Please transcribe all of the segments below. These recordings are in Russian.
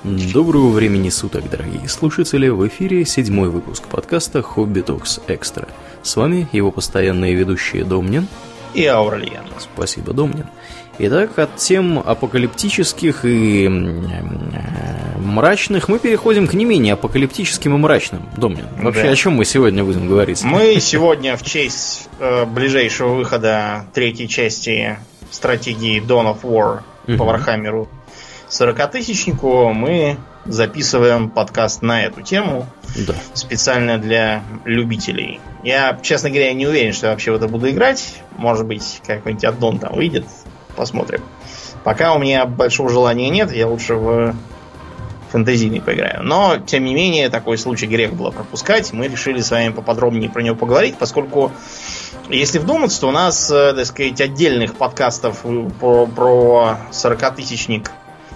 Доброго времени суток, дорогие слушатели! В эфире 7-й выпуск подкаста «Хобби Токс Экстра». С вами его постоянные ведущие Домнин и Аурельян. Спасибо, Домнин. Итак, от тем апокалиптических и мрачных мы переходим к не менее апокалиптическим и мрачным. Домнин, вообще о чем мы сегодня будем говорить? Мы сегодня в честь ближайшего выхода третьей части стратегии Dawn of War по Вархаммеру 40-тысячнику мы записываем подкаст на эту тему, специально для любителей. Я, честно говоря, не уверен, что я вообще в это буду играть. Может быть, какой-нибудь аддон там выйдет. Посмотрим. Пока у меня большого желания нет, я лучше в фэнтезийный поиграю. Но, тем не менее, такой случай грех было пропускать. Мы решили с вами поподробнее про него поговорить, поскольку, если вдуматься, то у нас, так сказать, отдельных подкастов про 40-тысячник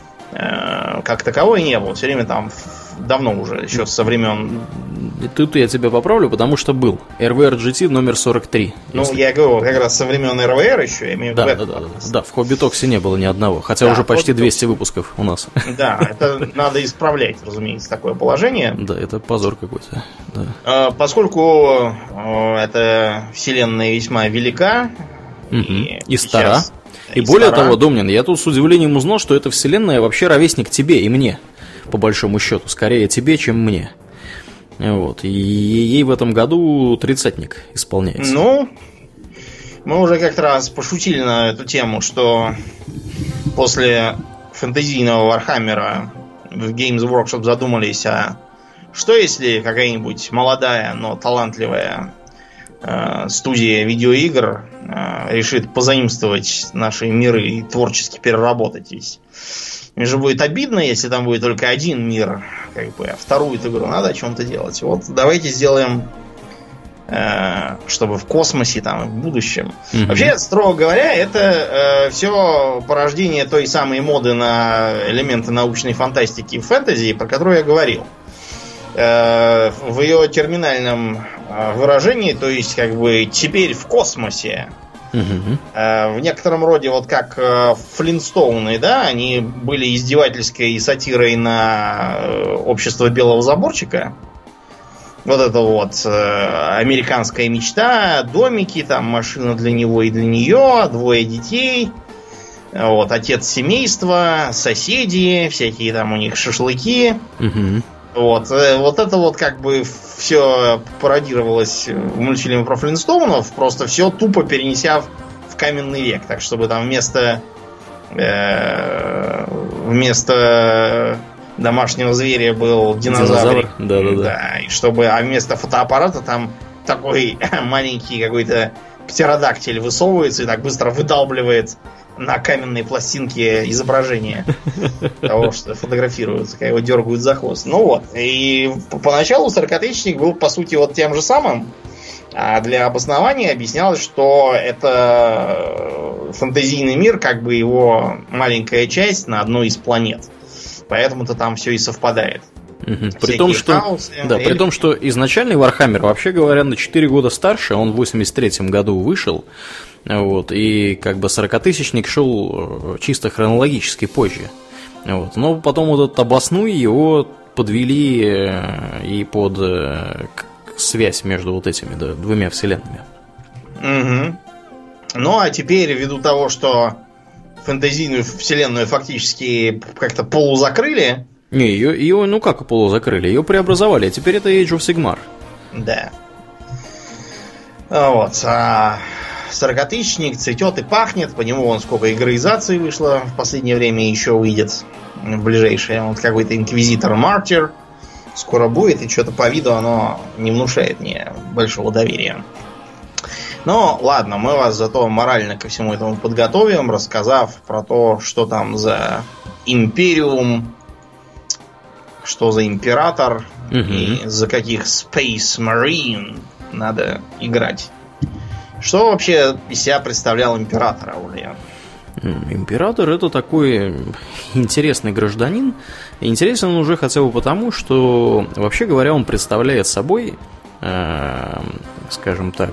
как таковой не было. Все время там давно уже, еще со времен... Тут я тебя поправлю, потому что был RVR GT номер 43. Я говорю, как раз со времен РВР еще, я имею в виду. Да, в Хобби Токсе не было ни одного, хотя уже почти 200 выпусков у нас. Да, это надо исправлять, разумеется, такое положение. Да, это позор какой-то. Да. Поскольку эта вселенная весьма велика и стара. И более того, Домнин, я тут с удивлением узнал, что эта вселенная вообще ровесник тебе и мне, по большому счету. Скорее тебе, чем мне. Вот. И ей в этом году 30-ник исполняется. Ну, мы уже как-то раз пошутили на эту тему, что после фэнтезийного Вархаммера в Games Workshop задумались, а что если какая-нибудь молодая, но талантливая студия видеоигр решит позаимствовать наши миры и творчески переработать весь. Мне же будет обидно, если там будет только один мир, как бы, а вторую игру надо о чем-то делать. Вот давайте сделаем, чтобы в космосе, там, и в будущем. Вообще, строго говоря, это все порождение той самой моды на элементы научной фантастики и фэнтези, про которую я говорил. В ее терминальном выражении, то есть, как бы, теперь в космосе. В некотором роде, вот как Флинстоуны, да, они были издевательской сатирой на общество белого заборчика. Вот это вот американская мечта, домики, там машина для него и для нее, двое детей, вот, отец семейства, соседи, всякие там у них шашлыки. Вот это вот как бы все пародировалось в мультфильме про Флинстоунов, просто все тупо перенеся в каменный век, так чтобы там вместо домашнего зверя был динозавр. Да, и чтобы, а вместо фотоаппарата там такой маленький какой-то птеродактиль высовывается и так быстро выдалбливает на каменной пластинке изображение того, что фотографируется, когда его дергают за хвост. Ну вот. И поначалу 40-тысячник был, по сути, вот тем же самым. А для обоснования объяснялось, что это фэнтезийный мир, как бы его маленькая часть на одной из планет. Поэтому-то там все и совпадает. При том, что изначальный Вархаммер, вообще говоря, на 4 года старше, он в 83-м году вышел, вот, и как бы 40-тысячник шел чисто хронологически позже. Вот. Но потом вот этот обоснуй его подвели и под связь между вот этими двумя вселенными. Ну а теперь, ввиду того, что фэнтезийную вселенную фактически как-то полузакрыли. Не, ее ну как полузакрыли, ее преобразовали, а теперь это Age of Sigmar. Да. Вот. А 40-тысячник цветет и пахнет, по нему вон сколько игроизаций вышло в последнее время, еще выйдет в ближайшее. Вот какой-то инквизитор Мартир скоро будет, и что-то по виду оно не внушает мне большого доверия. Но ладно, мы вас зато морально ко всему этому подготовим, рассказав про то, что там за империум, что за император и за каких Space Marine надо играть. Что вообще из себя представлял император, Аурельян? Император — это такой интересный гражданин. Интересен он уже хотя бы потому, что, вообще говоря, он представляет собой, скажем так,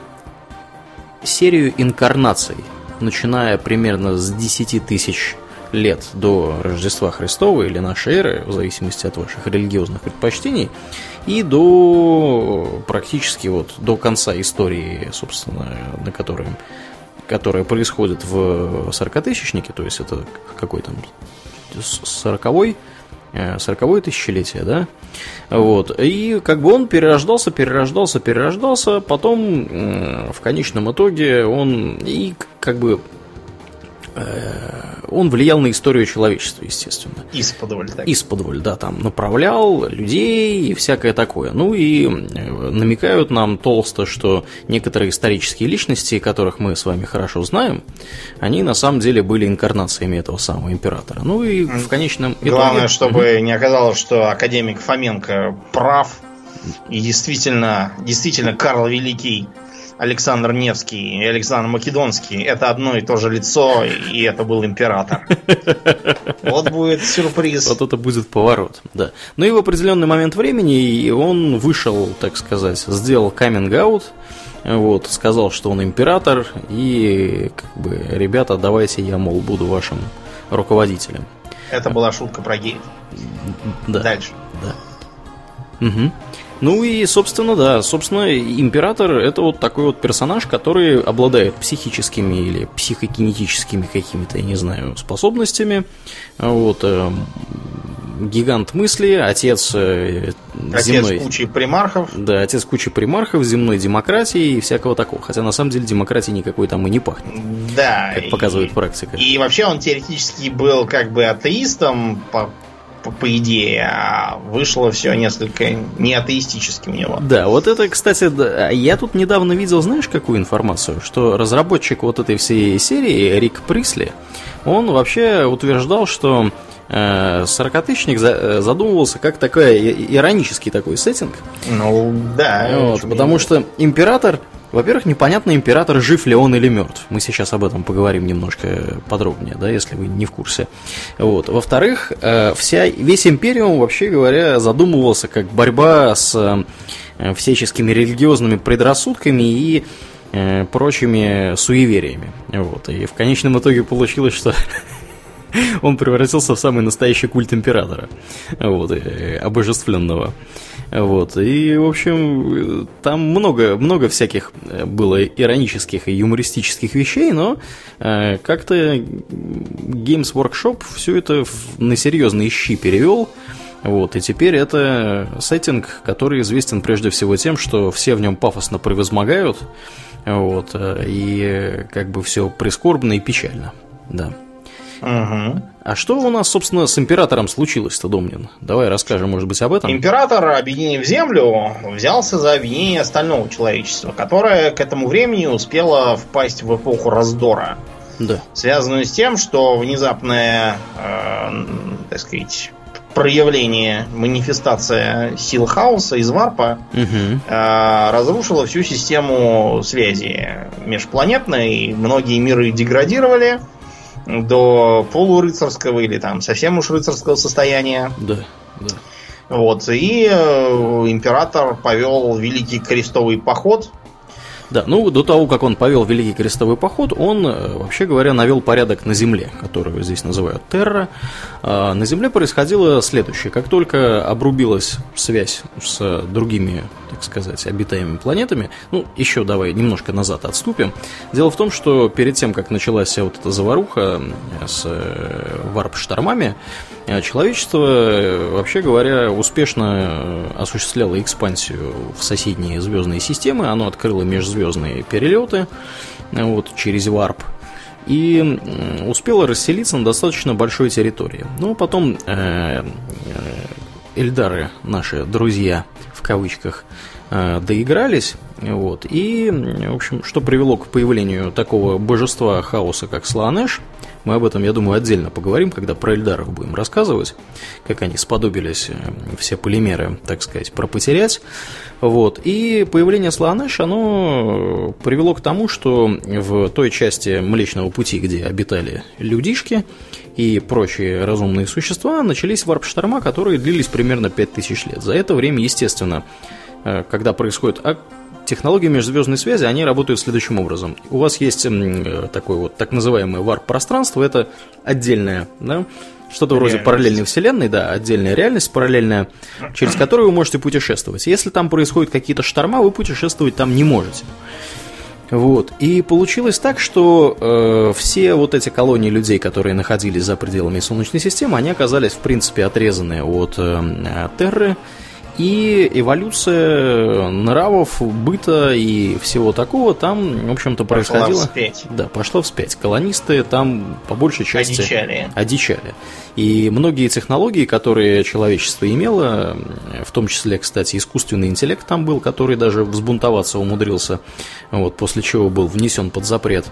серию инкарнаций, начиная примерно с 10 тысяч лет до Рождества Христова или нашей эры, в зависимости от ваших религиозных предпочтений, и до практически вот до конца истории, собственно, которая происходит в 40-тысячнике, то есть это какой там 40-й тысячелетие, да, вот, и как бы он перерождался, потом в конечном итоге он он влиял на историю человечества, естественно. Исподволь, да, там направлял людей и всякое такое. Ну и намекают нам толсто, что некоторые исторические личности, которых мы с вами хорошо знаем, они на самом деле были инкарнациями этого самого императора. Ну и в конечном итоге... Главное, чтобы не оказалось, что академик Фоменко прав, и действительно Карл Великий, Александр Невский и Александр Македонский — это одно и то же лицо, и это был император. Вот будет сюрприз. Вот это будет поворот, да. Но и в определенный момент времени он вышел, так сказать, сделал каминг-аут, вот, сказал, что он император, и как бы, ребята, давайте я, мол, буду вашим руководителем. Это была шутка про геев. Да. Дальше. Да. Угу. Ну и, собственно, император — это вот такой вот персонаж, который обладает психическими или психокинетическими какими-то, я не знаю, способностями. Вот, гигант мысли, отец земной... кучи примархов. Да, отец кучи примархов, земной демократии и всякого такого. Хотя, на самом деле, демократии никакой там и не пахнет. Да. Как показывает практика. И вообще он теоретически был как бы атеистом, по идее, а вышло все несколько не атеистически у него. Да, вот это, кстати, я тут недавно видел, знаешь, какую информацию? Что разработчик вот этой всей серии, Рик Присли, он вообще утверждал, что 40-тысячник задумывался как такой иронический такой сеттинг. Ну, да. Вот, потому что император... Во-первых, непонятно, император жив ли он или мертв. Мы сейчас об этом поговорим немножко подробнее, да, если вы не в курсе. Вот. Во-вторых, весь империум, вообще говоря, задумывался как борьба с всяческими религиозными предрассудками и прочими суевериями. Вот. И в конечном итоге получилось, что он превратился в самый настоящий культ императора, вот, обожествленного. Вот. И, в общем, там много всяких было иронических и юмористических вещей, но как-то Games Workshop все это на серьезные щи перевел. Вот. И теперь это сеттинг, который известен прежде всего тем, что все в нем пафосно превозмогают, вот, и как бы все прискорбно и печально. Да. Угу. А что у нас, собственно, с императором случилось-то, Домнин? Давай расскажем, может быть, об этом. Император, объединив землю, взялся за объединение остального человечества, которое к этому времени успело впасть в эпоху раздора. Да. Связанную с тем, что внезапное, так сказать, проявление, манифестация сил хаоса из варпа разрушила всю систему связи межпланетной. Многие миры деградировали до полурыцарского или там совсем уж рыцарского состояния. Да, да. Вот, и император повел Великий Крестовый поход. Да, ну до того, как он повел Великий Крестовый поход, он, вообще говоря, навел порядок на Земле, которую здесь называют Терра. На Земле происходило следующее. Как только обрубилась связь с другими, так сказать, обитаемыми планетами, ну, еще давай немножко назад отступим. Дело в том, что перед тем, как началась вся вот эта заваруха с варп-штормами, человечество, вообще говоря, успешно осуществляло экспансию в соседние звездные системы. Оно открыло межзвездные перелеты, вот, через варп и успело расселиться на достаточно большой территории. Но потом эльдары, наши друзья, в кавычках, доигрались, вот, и, в общем, что привело к появлению такого божества хаоса, как Слаанеш. Мы об этом, я думаю, отдельно поговорим, когда про эльдаров будем рассказывать, как они сподобились все полимеры, так сказать, пропотерять. Вот. И появление Слаанеш, оно привело к тому, что в той части Млечного Пути, где обитали людишки и прочие разумные существа, начались варп-шторма, которые длились примерно 5000 лет. За это время, естественно, когда происходит технологии межзвездной связи, они работают следующим образом. У вас есть такое вот так называемое варп-пространство, это отдельное, да, что-то вроде параллельной вселенной, да, отдельная реальность параллельная, через которую вы можете путешествовать. Если там происходят какие-то шторма, вы путешествовать там не можете. Вот. И получилось так, что все вот эти колонии людей, которые находились за пределами Солнечной системы, они оказались, в принципе, отрезаны от Терры. И эволюция нравов, быта и всего такого там, в общем-то, происходила. Пошла вспять. Да, пошла вспять. Колонисты там по большей части одичали. И многие технологии, которые человечество имело, в том числе, кстати, искусственный интеллект там был, который даже взбунтоваться умудрился, вот, после чего был внесен под запрет.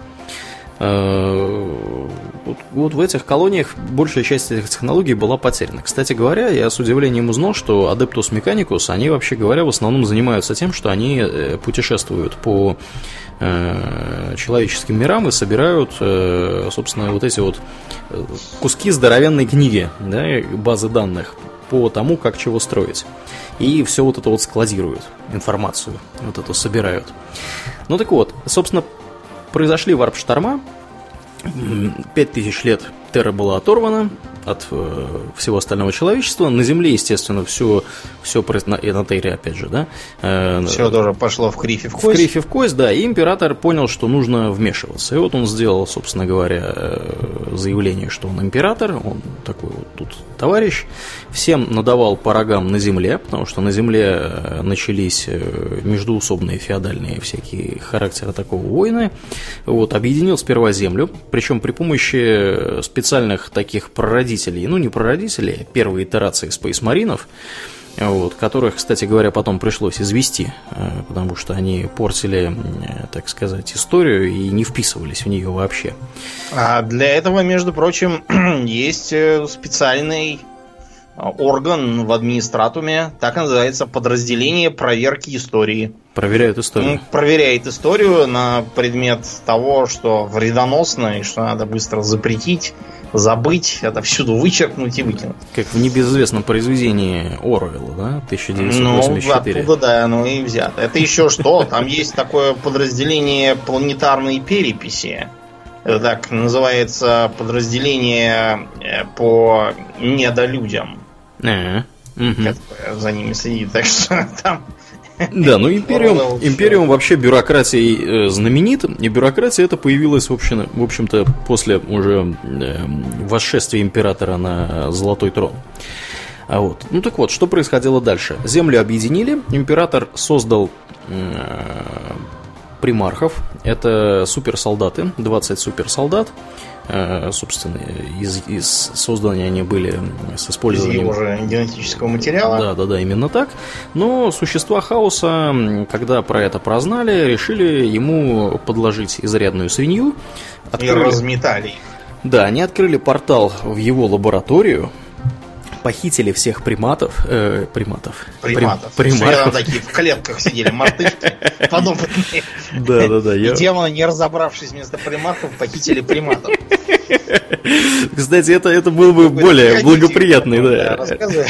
Вот в этих колониях большая часть этих технологий была потеряна. Кстати говоря, я с удивлением узнал, что Adeptus Mechanicus, они, вообще говоря, в основном занимаются тем, что они путешествуют по человеческим мирам и собирают, собственно, вот эти вот куски здоровенной книги, да, базы данных по тому, как чего строить. И все вот это вот складируют, информацию вот эту собирают. Ну так вот, собственно, произошли варп-шторма, 5000 лет Терра была оторвана от всего остального человечества. На Земле, естественно, все на Терре, опять же, да. Все тоже пошло в кривь и в кость. В кривь и в кость, да. И император понял, что нужно вмешиваться. И вот он сделал, собственно говоря, заявление, что он император, он такой вот тут товарищ. Всем надавал по рогам на Земле, потому что на Земле начались междоусобные феодальные всякие характеры такого войны. Вот, объединил сперва Землю, причем при помощи специальных таких прародителей, ну не прародителей, а первой итерации спейс-маринов, вот, которых, кстати говоря, потом пришлось извести, потому что они портили, так сказать, историю и не вписывались в нее вообще. А для этого, между прочим, есть специальный орган в администратуме, так называется подразделение проверки истории. Проверяют историю. Проверяет историю на предмет того, что вредоносно и что надо быстро запретить, забыть, отовсюду вычеркнуть и выкинуть. Как в небезызвестном произведении Оруэлла, да, 1984. Ну, оттуда, да, оно и взято. Это еще что? Там есть такое подразделение планетарной переписи. Это так называется подразделение по недолюдям. Которое за ними следит. Так что там... Да, ну Империум вообще бюрократией знаменит, и бюрократия эта появилась, в общем-то, после уже восшествия императора на Золотой трон. А вот. Ну так вот, что происходило дальше? Землю объединили, император создал примархов, это суперсолдаты, 20 суперсолдат. Собственно, из создания они были с использованием из его же генетического материала. Да, именно так. Но существа хаоса, когда про это прознали, решили ему подложить изрядную свинью. И разметали их. Да, они открыли портал в его лабораторию, похитили всех приматов. Приматов. Там такие в клетках сидели мартышки подопытные. Да. И демоны, не разобравшись вместо приматов, похитили приматов. Кстати, это был бы более благоприятный, да. Рассказывай.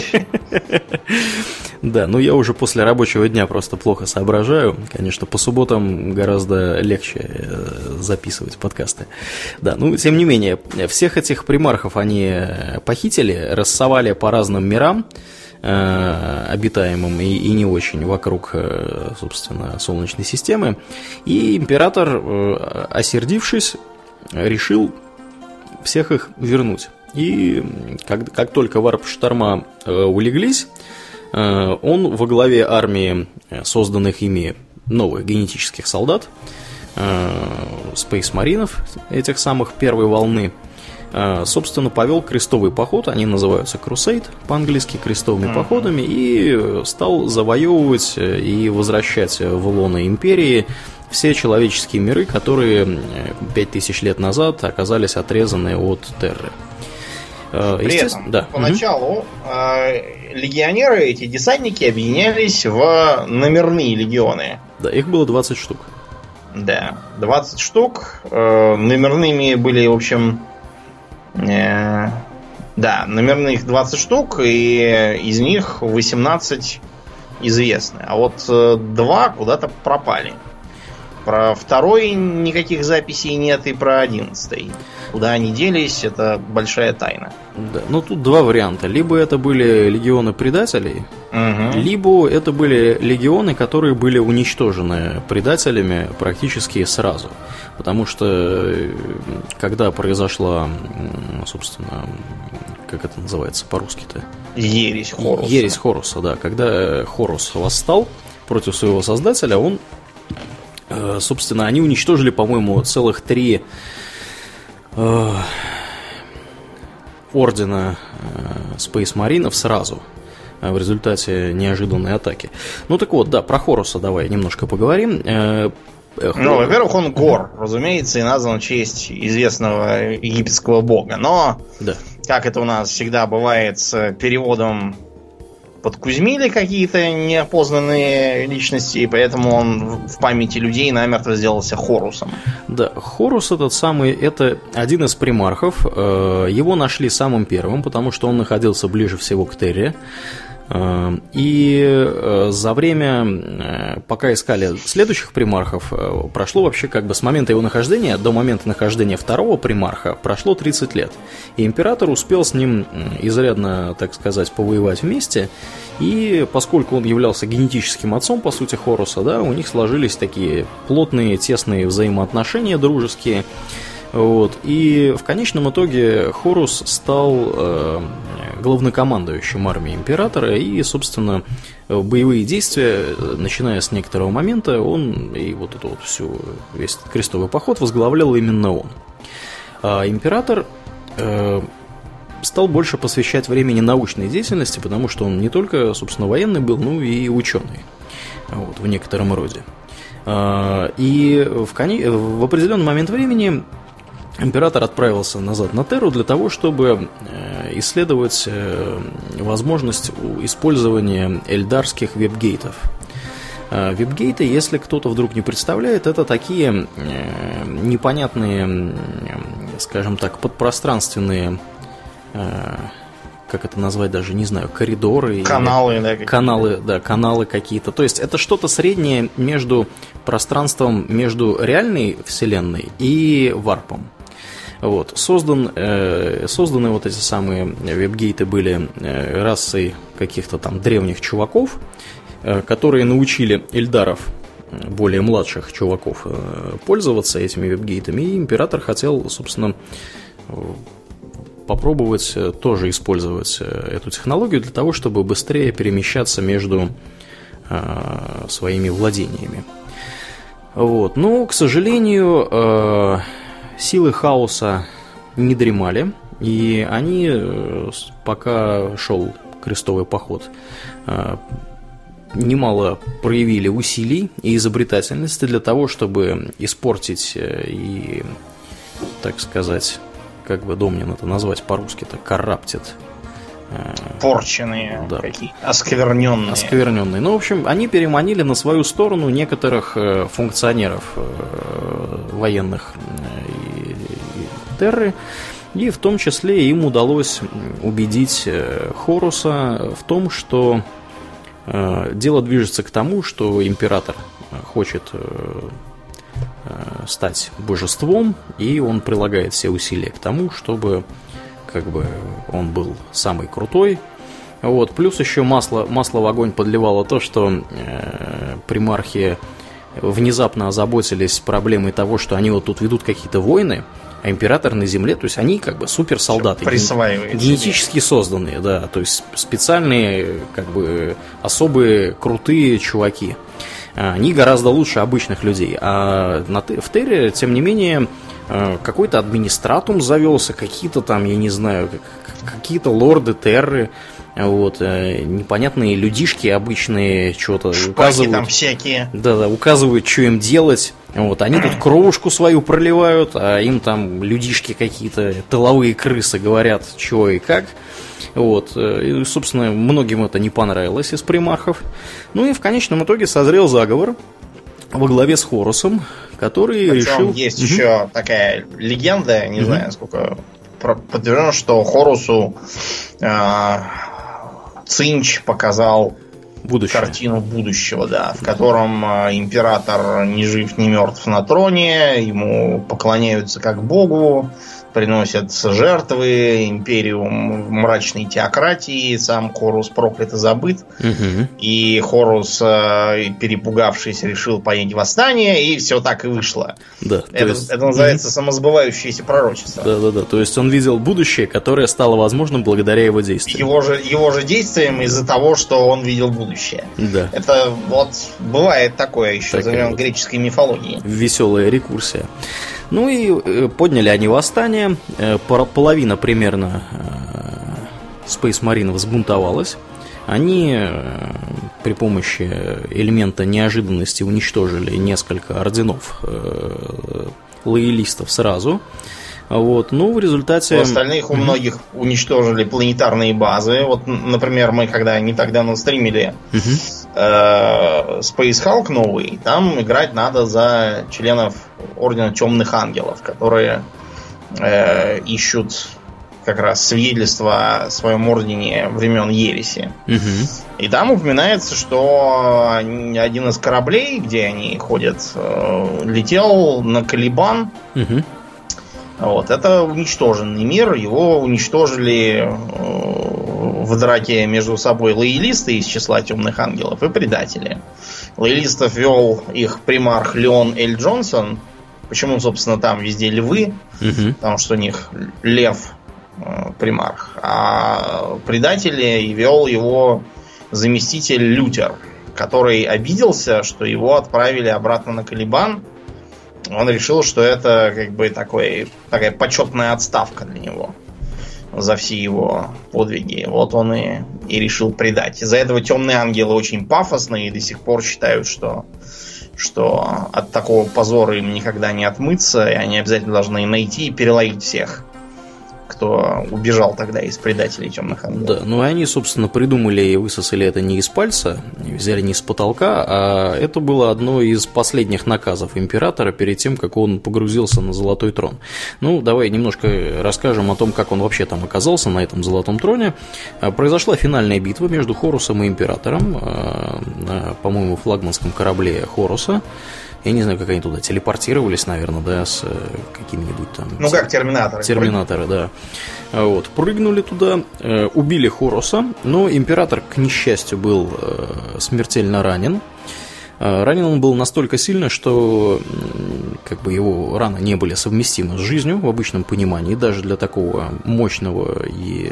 Да, ну я уже после рабочего дня просто плохо соображаю. Конечно, по субботам гораздо легче записывать подкасты. Да, ну тем не менее, всех этих примархов они похитили, рассовали по разным мирам, обитаемым и не очень вокруг, собственно, Солнечной системы. И император, осердившись, решил всех их вернуть. И как только варп-шторма улеглись, он во главе армии созданных ими новых генетических солдат, спейс-маринов, этих самых первой волны, собственно, повел крестовый поход. Они называются Crusade, по-английски крестовыми походами, и стал завоевывать и возвращать в лоно империи все человеческие миры, которые 5000 лет назад оказались отрезаны от Терры. При этом, поначалу легионеры, эти десантники, объединялись в номерные легионы. Да, их было 20 штук. Да, 20 штук. Номерными были, в общем... номерных 20 штук, и из них 18 известны. А вот 2 куда-то пропали. Про 2 никаких записей нет, и про 11. Куда они делись, это большая тайна. Да, ну тут 2 варианта. Либо это были легионы предателей, либо это были легионы, которые были уничтожены предателями практически сразу. Потому что когда произошла, собственно, как это называется по-русски-то? Ересь Хоруса. Ересь Хоруса, да. Когда Хорус восстал против своего создателя, он, собственно, они уничтожили, по-моему, целых 3 ордена Space Маринов сразу в результате неожиданной атаки. Ну так вот, да, про Хоруса давай немножко поговорим. Ну, во-первых, он Гор, разумеется, и назван в честь известного египетского бога. Но, да, как это у нас всегда бывает с переводом, подкузмили какие-то неопознанные личности, и поэтому он в памяти людей намертво сделался Хорусом. Да, Хорус этот самый, это один из примархов. Его нашли самым первым, потому что он находился ближе всего к Терре. И за время, пока искали следующих примархов, прошло вообще как бы с момента его нахождения до момента нахождения 2-го примарха прошло 30 лет. И император успел с ним изрядно, так сказать, повоевать вместе. И поскольку он являлся генетическим отцом, по сути, Хоруса, да, у них сложились такие плотные, тесные взаимоотношения дружеские. Вот. И в конечном итоге Хорус стал главнокомандующим армией императора, и, собственно, боевые действия, начиная с некоторого момента, он и вот эту вот весь крестовый поход возглавлял именно он. А император стал больше посвящать времени научной деятельности, потому что он не только, собственно, военный был, но и ученый, вот, в некотором роде. И в определенный момент времени император отправился назад на Терру для того, чтобы исследовать возможность использования эльдарских веб-гейтов. Веб-гейты, если кто-то вдруг не представляет, это такие непонятные, скажем так, подпространственные, как это назвать, даже не знаю, коридоры. Каналы, да, какие-то. Каналы какие-то. То есть это что-то среднее между пространством, между реальной вселенной и варпом. Вот. Созданы вот эти самые веб-гейты были расой каких-то там древних чуваков, которые научили эльдаров, более младших чуваков, пользоваться этими веб-гейтами. И император хотел, собственно, попробовать тоже использовать эту технологию для того, чтобы быстрее перемещаться между своими владениями. Вот. Но, к сожалению, силы хаоса не дремали, и они, пока шел крестовый поход, немало проявили усилий и изобретательности для того, чтобы испортить и, так сказать, как бы Домнин это назвать по-русски-то, корраптит. Порченные, да, какие-то, оскверненные. Оскверненные. Ну, в общем, они переманили на свою сторону некоторых функционеров военных и Терры, и в том числе им удалось убедить Хоруса в том, что дело движется к тому, что император хочет стать божеством, и он прилагает все усилия к тому, чтобы как бы он был самый крутой. Вот. Плюс еще масло в огонь подливало то, что примархи внезапно озаботились проблемой того, что они вот тут ведут какие-то войны, а император на земле, то есть они как бы суперсолдаты, генетически созданные, да, то есть специальные, как бы особые крутые чуваки. Они гораздо лучше обычных людей. А в Терре, тем не менее, какой-то администратум завелся, какие-то там, я не знаю, какие-то лорды Терры, вот, непонятные людишки обычные что-то указывают. Там всякие. Да, указывают, что им делать. Вот, они тут кровушку свою проливают, а им там людишки какие-то, тыловые крысы говорят, что и как. Вот. И, собственно, многим это не понравилось из примархов. Ну и в конечном итоге созрел заговор во главе с Хорусом, который решил... Есть еще такая легенда, не знаю, насколько подтверждено, что Хорусу Цинч показал картину будущего, да, в котором император ни жив, ни мертв на троне, ему поклоняются как богу, приносят жертвы, империум мрачной теократии, сам Хорус проклят и забыт. И Хорус, перепугавшись, решил поднять восстание, и все так и вышло. Да, это называется самосбывающееся пророчество. Да. То есть он видел будущее, которое стало возможным благодаря его действиям. Его же действиям из-за того, что он видел будущее. Да. Это вот бывает такое еще за времен греческой мифологии. Веселая рекурсия. Ну и подняли они восстание. Половина примерно Space Marine взбунтовалась. Они при помощи элемента неожиданности уничтожили несколько орденов лоялистов сразу. Вот. Ну, в результате... У остальных у многих уничтожили планетарные базы. Вот, например, мы когда не так давно стримили Space Hulk новый, там играть надо за членов Ордена Темных Ангелов, которые ищут как раз свидетельства о своем ордене времен Ереси. И там упоминается, что один из кораблей, где они ходят, летел на Калибан. Вот, это уничтоженный мир. Его уничтожили в драке между собой лоялисты из числа Темных Ангелов и предатели. Лоялистов вел их примарх Леон Эль Джонсон. Почему, собственно, там везде львы? Потому что у них лев примарх. А предатели вел его заместитель Лютер, который обиделся, что его отправили обратно на Калибан. Он решил, что это как бы такая почетная отставка для него за все его подвиги. Вот он и решил предать. Из-за этого Темные Ангелы очень пафосные и до сих пор считают, что от такого позора им никогда не отмыться, и они обязательно должны найти и переловить всех, кто убежал тогда из предателей Темных Ангелов. Да, ну и они, собственно, придумали и высосали это не из пальца, взяли не с потолка, а это было одно из последних наказов императора перед тем, как он погрузился на Золотой трон. Ну, давай немножко расскажем о том, как он вообще там оказался на этом Золотом троне. Произошла финальная битва между Хорусом и императором на, по-моему, флагманском корабле Хоруса. Я не знаю, как они туда телепортировались, наверное, да, с какими-нибудь там... Ну, как терминаторы. Терминаторы, да. Вот, прыгнули туда, убили Хоруса, но император, к несчастью, был смертельно ранен. Ранен он был настолько сильно, что как бы его раны не были совместимы с жизнью в обычном понимании, даже для такого мощного и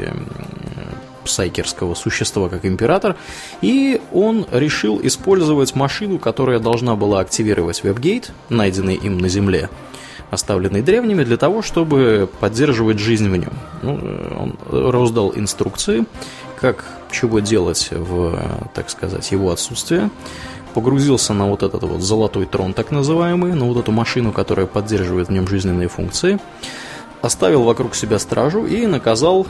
псайкерского существа, как император, и он решил использовать машину, которая должна была активировать веб-гейт, найденный им на Земле, оставленный древними, для того, чтобы поддерживать жизнь в нем. Ну, он раздал инструкции, как чего делать в, так сказать, его отсутствие. Погрузился на вот этот вот Золотой трон, так называемый, на вот эту машину, которая поддерживает в нем жизненные функции, оставил вокруг себя стражу и наказал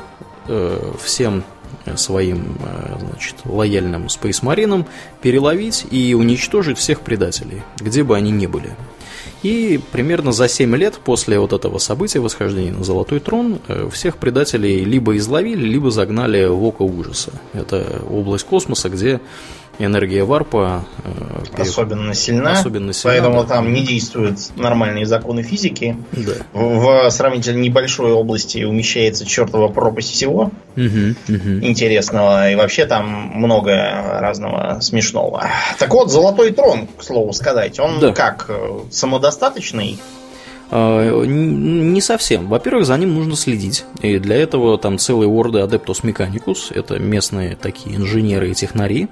всем своим, значит, лояльным спейсмаринам переловить и уничтожить всех предателей, где бы они ни были. И примерно за 7 лет после вот этого события, восхождения на Золотой трон, всех предателей либо изловили, либо загнали в око ужаса. Это область космоса, где энергия варпа особенно сильна, поэтому там не действуют нормальные законы физики. Да. В сравнительно небольшой области умещается чертова пропасть всего интересного, и вообще там много разного смешного. Так вот, Золотой трон, к слову сказать, он как, самодостаточный? Не совсем. Во-первых, за ним нужно следить. И для этого там целые орды Adeptus Mechanicus. Это местные такие инженеры и технари.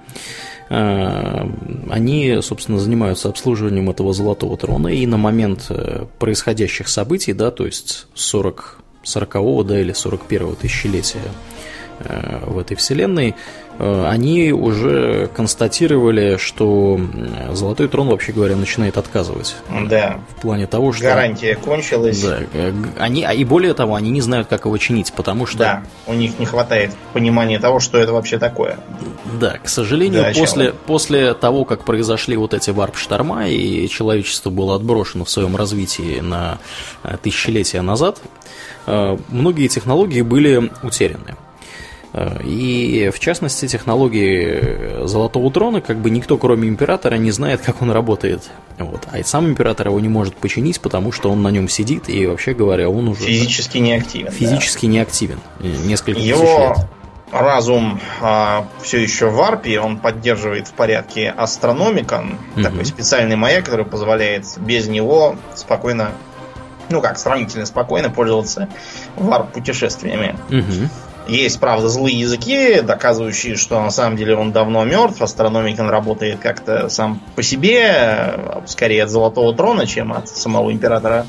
Они, собственно, занимаются обслуживанием этого Золотого трона. И на момент происходящих событий, да, то есть 40-го, да, или 41-го тысячелетия в этой вселенной, они уже констатировали, что Золотой трон, вообще говоря, начинает отказывать. Да. В плане того, что... Гарантия кончилась. Да. И более того, они не знают, как его чинить, потому что... Да, у них не хватает понимания того, что это вообще такое. Да, к сожалению, после того, как произошли вот эти варп-шторма, и человечество было отброшено в своем развитии на тысячелетия назад, многие технологии были утеряны. И, в частности, технологии Золотого Трона, как бы никто, кроме Императора, не знает, как он работает. Вот. А и сам Император его не может починить, потому что он на нем сидит, и, вообще говоря, он уже... Физически неактивен. Физически неактивен. Несколько тысяч лет. Разум все еще в варпе, он поддерживает в порядке астрономикон, такой специальный маяк, который позволяет без него спокойно, сравнительно спокойно пользоваться варп-путешествиями. Есть, правда, злые языки, доказывающие, что на самом деле он давно мертв. Астрономикон работает как-то сам по себе, скорее от Золотого Трона, чем от самого Императора.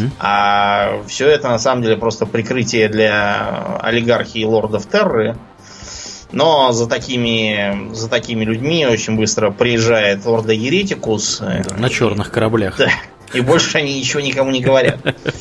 А все это на самом деле просто прикрытие для олигархии лордов Терры. Но за такими людьми очень быстро приезжает Орда Еретикус. На черных кораблях. Да. И больше они ничего никому не говорят.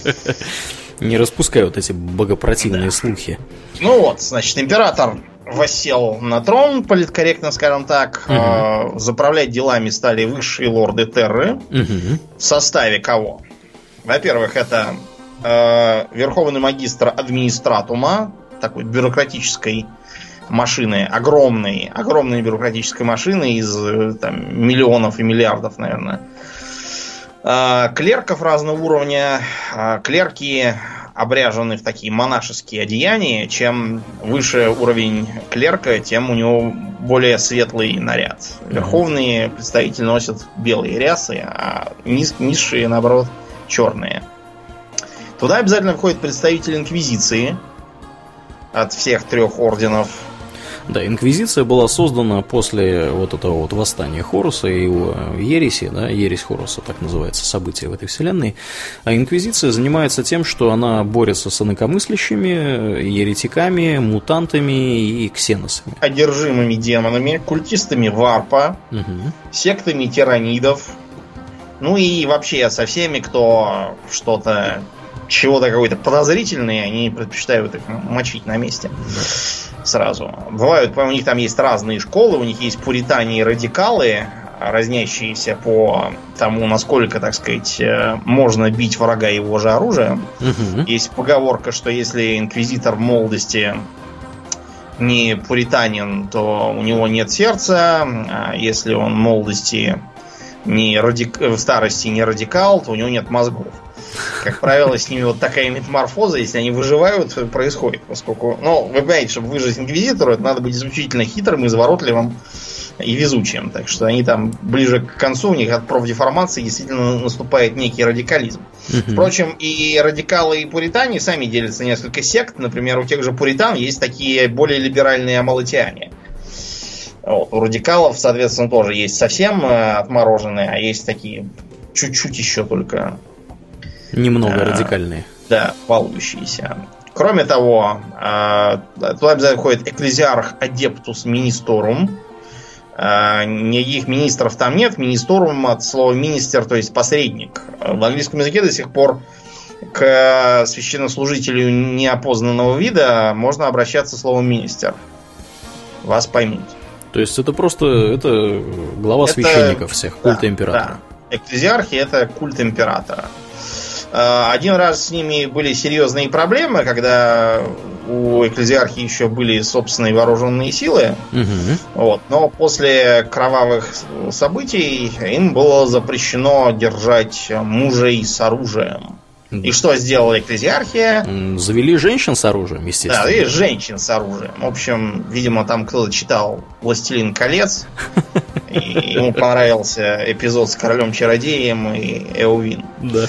Не распускают эти богопротивные слухи. Значит, Император воссел на трон, политкорректно скажем так. Заправлять делами стали высшие лорды Терры. В составе кого? Во-первых, это Верховный магистр администратума, такой бюрократической машины, огромной бюрократической машины из миллионов и миллиардов, наверное. Клерков разного уровня. Клерки обряжены в такие монашеские одеяния. Чем выше уровень клерка, тем у него более светлый наряд. Верховные представители носят белые рясы, а низшие, наоборот, черные. Туда обязательно входит представитель инквизиции от всех трех орденов. Да, инквизиция была создана после вот этого вот восстания Хоруса и его ереси, да, ересь Хоруса, так называется событие в этой вселенной. А инквизиция занимается тем, что она борется с инакомыслящими, еретиками, мутантами и ксеносами. Одержимыми демонами, культистами варпа, сектами тиранидов, и вообще со всеми, кто чего-то какой-то подозрительный, они предпочитают их мочить на месте. Сразу. Бывают, у них там есть разные школы, у них есть пуритане и радикалы, разнящиеся по тому, насколько, так сказать, можно бить врага его же оружием. Есть поговорка, что если инквизитор в молодости не пуританин, то у него нет сердца, а если он в молодости в старости не радикал, то у него нет мозгов. Как правило, с ними вот такая метаморфоза, если они выживают, происходит. Поскольку, вы понимаете, чтобы выжить инквизитору, это надо быть исключительно хитрым, изворотливым и везучим. Так что они там ближе к концу, у них от профдеформации действительно наступает некий радикализм. Впрочем, и радикалы, и пуритане сами делятся на несколько сект. Например, у тех же пуритан есть такие более либеральные амалотиане. У радикалов, соответственно, тоже есть совсем отмороженные, а есть такие чуть-чуть еще только... Немного радикальные. Да, балующиеся. Кроме того, туда обязательно входит экклезиарх адептус министорум. Никаких министров там нет. Министорум от слова министер, то есть посредник. В английском языке до сих пор к священнослужителю неопознанного вида можно обращаться словом министер. Вас поймут. То есть это просто глава священников всех, культа императора. Да. Экклезиархи — это культ императора. Один раз с ними были серьезные проблемы, когда у экклезиархии еще были собственные вооруженные силы. Но после кровавых событий им было запрещено держать мужей с оружием. И что сделала экклезиархия? Завели женщин с оружием, естественно. Да, и женщин с оружием. В общем, видимо, там кто-то читал «Властелин колец», и ему понравился эпизод с королем-чародеем и Эовин.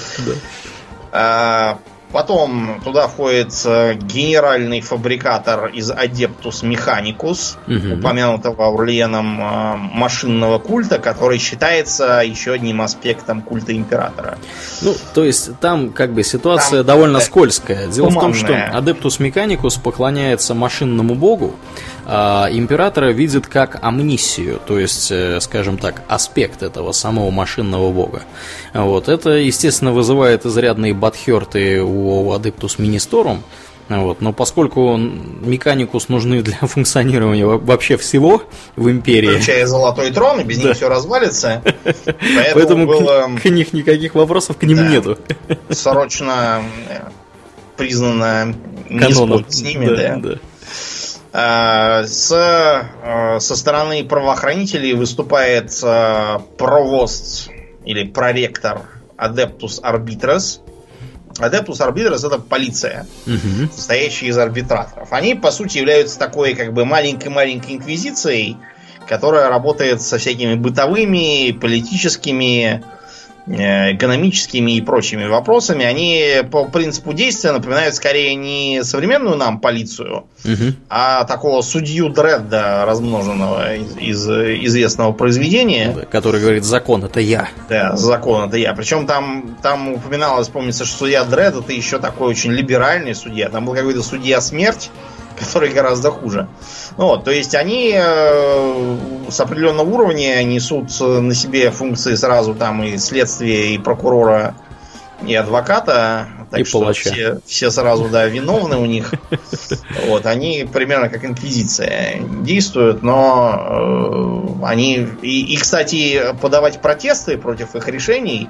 Да. Потом туда входит генеральный фабрикатор из Адептус Механикус, упомянутого Аурлиеном машинного культа, который считается еще одним аспектом культа императора. То есть там ситуация довольно скользкая. Дело в том, что Адептус Механикус поклоняется машинному богу, а императора видит как амнисию, то есть, скажем так, аспект этого самого машинного бога. Это, естественно, вызывает изрядные бадхерты у Адептус Министорум. Но поскольку Механикус нужны для функционирования вообще всего в империи, включая Золотой Трон, и без них все развалится, поэтому к них никаких вопросов к ним нету. Срочно признано не спорить с ними. Со стороны правоохранителей выступает провост или проректор Adeptus Arbitres. Adeptus Arbitres — это полиция, состоящая из арбитраторов. Они, по сути, являются такой как бы маленькой-маленькой инквизицией, которая работает со всякими бытовыми, политическими, экономическими и прочими вопросами. Они по принципу действия напоминают скорее не современную нам полицию, а такого судью Дредда, размноженного из известного произведения. Который говорит: закон — это я. Да, закон — это я. Причем там упоминалось, помнится, что судья Дред — это еще такой очень либеральный судья. Там был какой-то судья Смерть, который гораздо хуже. Вот, то есть они с определенного уровня несут на себе функции сразу там и следствия, и прокурора, и адвоката. Так и что палача. все сразу, да, виновны у них. Вот, они примерно как инквизиция действуют, но они... И, кстати, подавать протесты против их решений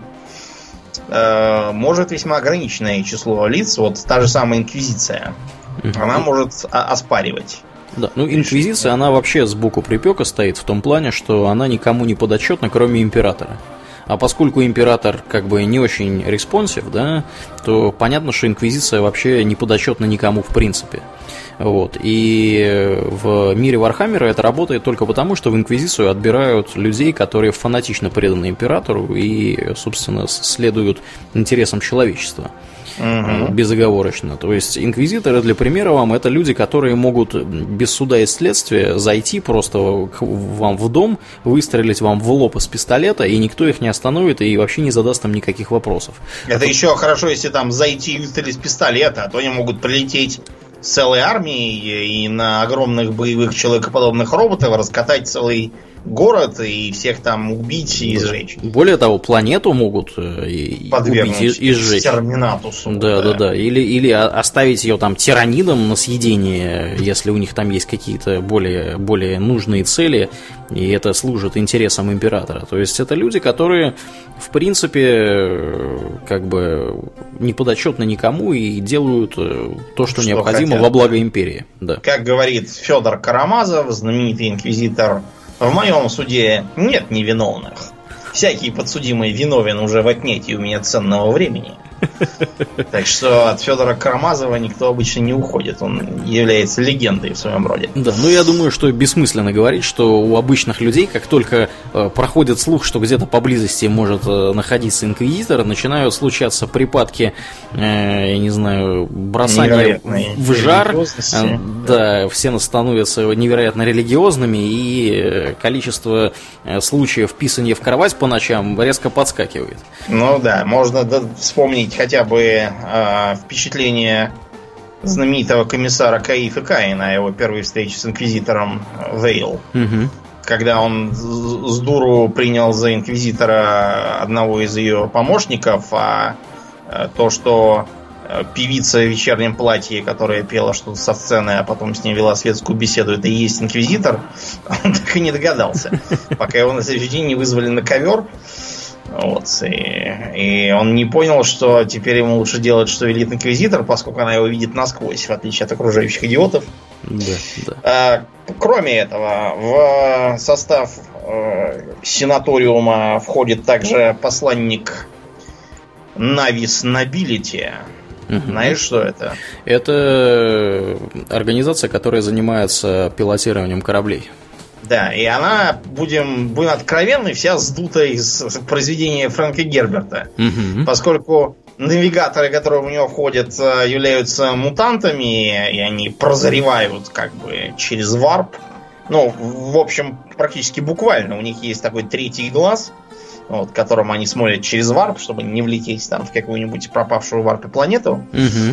может весьма ограниченное число лиц. Вот та же самая инквизиция. Она может оспаривать. Да, ну инквизиция, она вообще сбоку припека стоит в том плане, что она никому не подотчетна, кроме императора. А поскольку император как бы не очень респонсив, да, то понятно, что инквизиция вообще не подотчетна никому в принципе. Вот. И в мире Вархаммера это работает только потому, что в инквизицию отбирают людей, которые фанатично преданы императору и, собственно, следуют интересам человечества. Безоговорочно. То есть инквизиторы, для примера вам, это люди, которые могут без суда и следствия зайти просто к вам в дом, выстрелить вам в лоб из пистолета, и никто их не остановит и вообще не задаст им никаких вопросов. Это еще хорошо, если там зайти и выстрелить из пистолета, а то они могут прилететь с целой армией и на огромных боевых человекоподобных роботов раскатать целый город и всех там убить и сжечь. Более того, планету могут убить и сжечь. Терминатусу. Да. Или оставить ее там тиранидам на съедение, если у них там есть какие-то более нужные цели, и это служит интересам императора. То есть это люди, которые, в принципе, как бы не подотчетны никому и делают то, что необходимо во благо империи. Да. Как говорит Федор Карамазов, знаменитый инквизитор: в моем суде нет невиновных. Всякий подсудимый виновен уже в отнятии у меня ценного времени. Так что от Федора Карамазова никто обычно не уходит. Он является легендой в своем роде. Да, ну я думаю, что бессмысленно говорить, что у обычных людей, как только проходит слух, что где-то поблизости может находиться инквизитор, начинают случаться припадки, я не знаю, бросания в жар. Да, все становятся невероятно религиозными, и количество случаев писания в кровать по ночам резко подскакивает. Ну да, можно вспомнить хотя бы впечатление знаменитого комиссара Каифа Каина о его первой встрече с инквизитором Вейл. Когда он с дуру принял за инквизитора одного из ее помощников, а то, что певица в вечернем платье, которая пела что-то со сцены, а потом с ней вела светскую беседу, это и есть инквизитор, он так и не догадался, пока его на следующий день не вызвали на ковер. Вот, и он не понял, что теперь ему лучше делать, что велит инквизитор, поскольку она его видит насквозь, в отличие от окружающих идиотов. Да. Кроме этого, в состав сенаториума входит также посланник Navis Nobility. Знаешь, что это? Это организация, которая занимается пилотированием кораблей. Да, и она, будем откровенны, вся сдута из произведения Фрэнка Герберта. Поскольку навигаторы, которые в него входят, являются мутантами, и они прозревают как бы через варп. Ну, в общем, практически буквально. У них есть такой третий глаз, вот, которым они смотрят через варп, чтобы не влететь там в какую-нибудь пропавшую в варпе планету.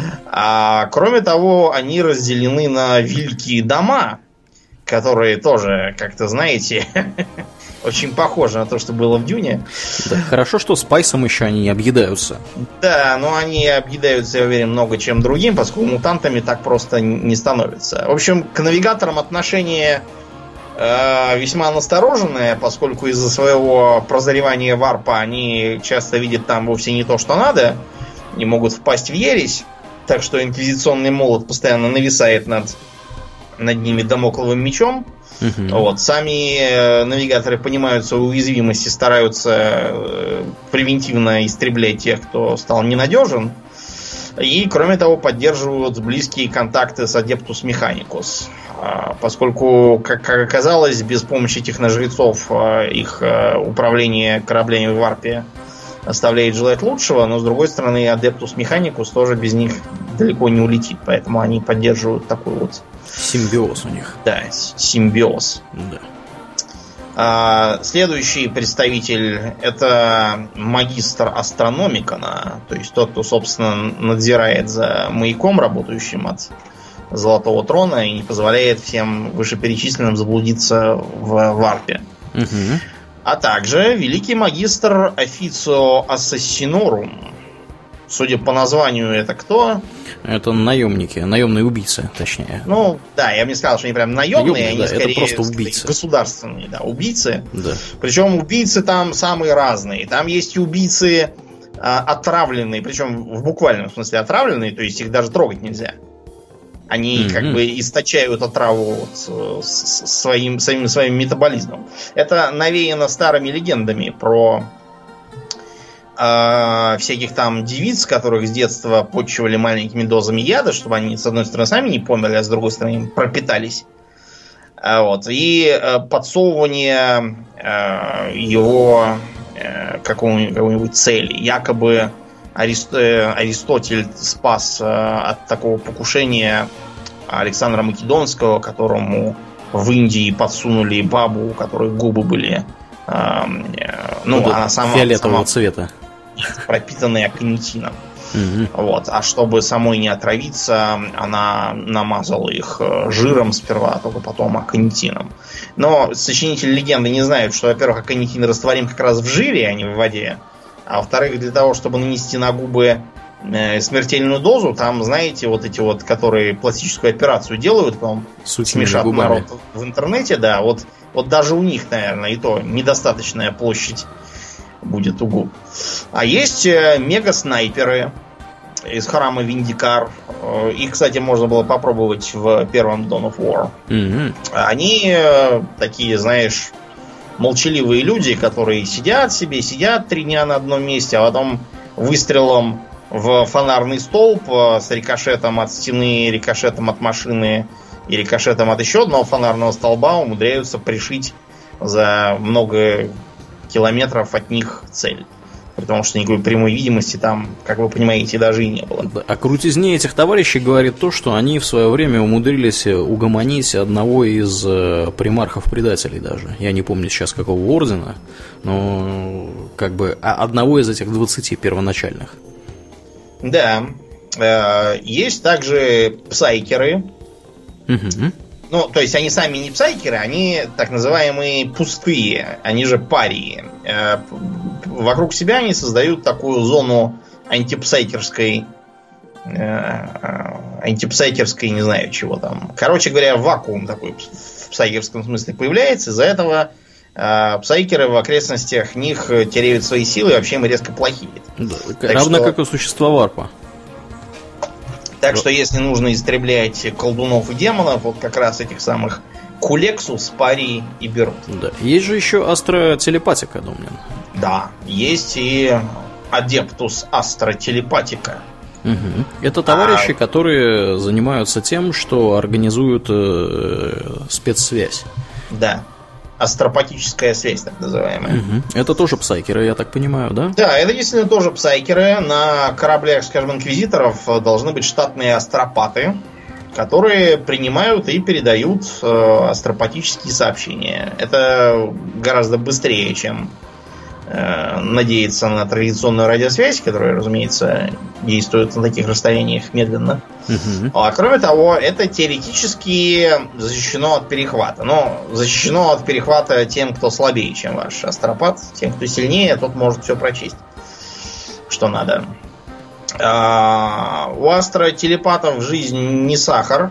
А кроме того, они разделены на великие дома, которые тоже, как-то, знаете, очень похожи на то, что было в Дюне. Да, хорошо, что спайсом еще они не объедаются. Да, но они объедаются, я уверен, много чем другим, поскольку мутантами так просто не становятся. В общем, к навигаторам отношение весьма настороженное, поскольку из-за своего прозревания варпа они часто видят там вовсе не то, что надо, и могут впасть в ересь. Так что инквизиционный молот постоянно нависает над над ними дамокловым мечом. Вот. Сами навигаторы понимают свою уязвимость и стараются превентивно истреблять тех, кто стал ненадежен. И, кроме того, поддерживают близкие контакты с Adeptus Mechanicus. Поскольку, как оказалось, без помощи техножрецов их управление кораблями в варпе оставляет желать лучшего, но, с другой стороны, Adeptus Mechanicus тоже без них далеко не улетит. Поэтому они поддерживают такой вот... Симбиоз у них. Да, симбиоз. Да. Следующий представитель — это магистр астрономикона, то есть тот, кто, собственно, надзирает за маяком, работающим от Золотого Трона, и не позволяет всем вышеперечисленным заблудиться в варпе. А также великий магистр Officio Assassinorum. Судя по названию, это кто? Это наемники, наемные убийцы, точнее. Ну, да, я бы не сказал, что они прям наемные, они да, скорее это просто убийцы. Государственные, да, убийцы. Да. Причем убийцы там самые разные. Там есть и убийцы отравленные, причем в буквальном смысле отравленные, то есть их даже трогать нельзя. Они как бы источают отраву вот, своим метаболизмом. Это навеяно старыми легендами про всяких там девиц, которых с детства почивали маленькими дозами яда, чтобы они, с одной стороны, сами не померли, а с другой стороны, пропитались. Вот. И подсовывание его какой-нибудь цели. Якобы Аристотель спас от такого покушения Александра Македонского, которому в Индии подсунули бабу, у которой губы были она сама фиолетового цвета, пропитанные аконитином. Вот. А чтобы самой не отравиться, она намазала их жиром сперва, а только потом аконитином. Но сочинители легенды не знают, что, во-первых, аконитин растворим как раз в жире, а не в воде. А во-вторых, для того, чтобы нанести на губы смертельную дозу, там, знаете, вот эти вот, которые пластическую операцию делают, потом смешат народ в интернете, да, вот даже у них, наверное, и то недостаточная площадь будет у губ. А есть мега-снайперы из храма Виндикар. Их, кстати, можно было попробовать в первом Dawn of War. Они такие, знаешь, молчаливые люди, которые сидят 3 дня на одном месте, а потом выстрелом в фонарный столб с рикошетом от стены, рикошетом от машины и рикошетом от еще одного фонарного столба умудряются пришить за много километров от них цель. Потому что никакой прямой видимости там, как вы понимаете, даже и не было. О крутизне этих товарищей говорит то, что они в свое время умудрились угомонить одного из примархов-предателей даже. Я не помню сейчас какого ордена, но как бы одного из этих 20 первоначальных. Да. Есть также псайкеры. Ну, то есть они сами не псайкеры, они так называемые пустые, они же парии. Вокруг себя они создают такую зону антипсайкерской, не знаю чего там. Короче говоря, вакуум такой в псайкерском смысле появляется. Из-за этого псайкеры в окрестностях них теряют свои силы и вообще им резко плохеет. Да, равно как и существа варпа. Так что если нужно истреблять колдунов и демонов, вот как раз этих самых Кулексус, парии и берут. Да. Есть же еще астротелепатика, Домнин. Да, есть и Адептус Астротелепатика. Это товарищи, которые занимаются тем, что организуют спецсвязь. Да. Астропатическая связь, так называемая. Это тоже псайкеры, я так понимаю, да? Да, это действительно тоже псайкеры. На кораблях, скажем, инквизиторов должны быть штатные астропаты, которые принимают и передают астропатические сообщения. Это гораздо быстрее, чем надеяться на традиционную радиосвязь, которая, разумеется, действует на таких расстояниях медленно. А кроме того, это теоретически защищено от перехвата. Но защищено от перехвата тем, кто слабее, чем ваш астропат. Тем, кто сильнее, тот может все прочесть, что надо. У астротелепатов жизнь не сахар.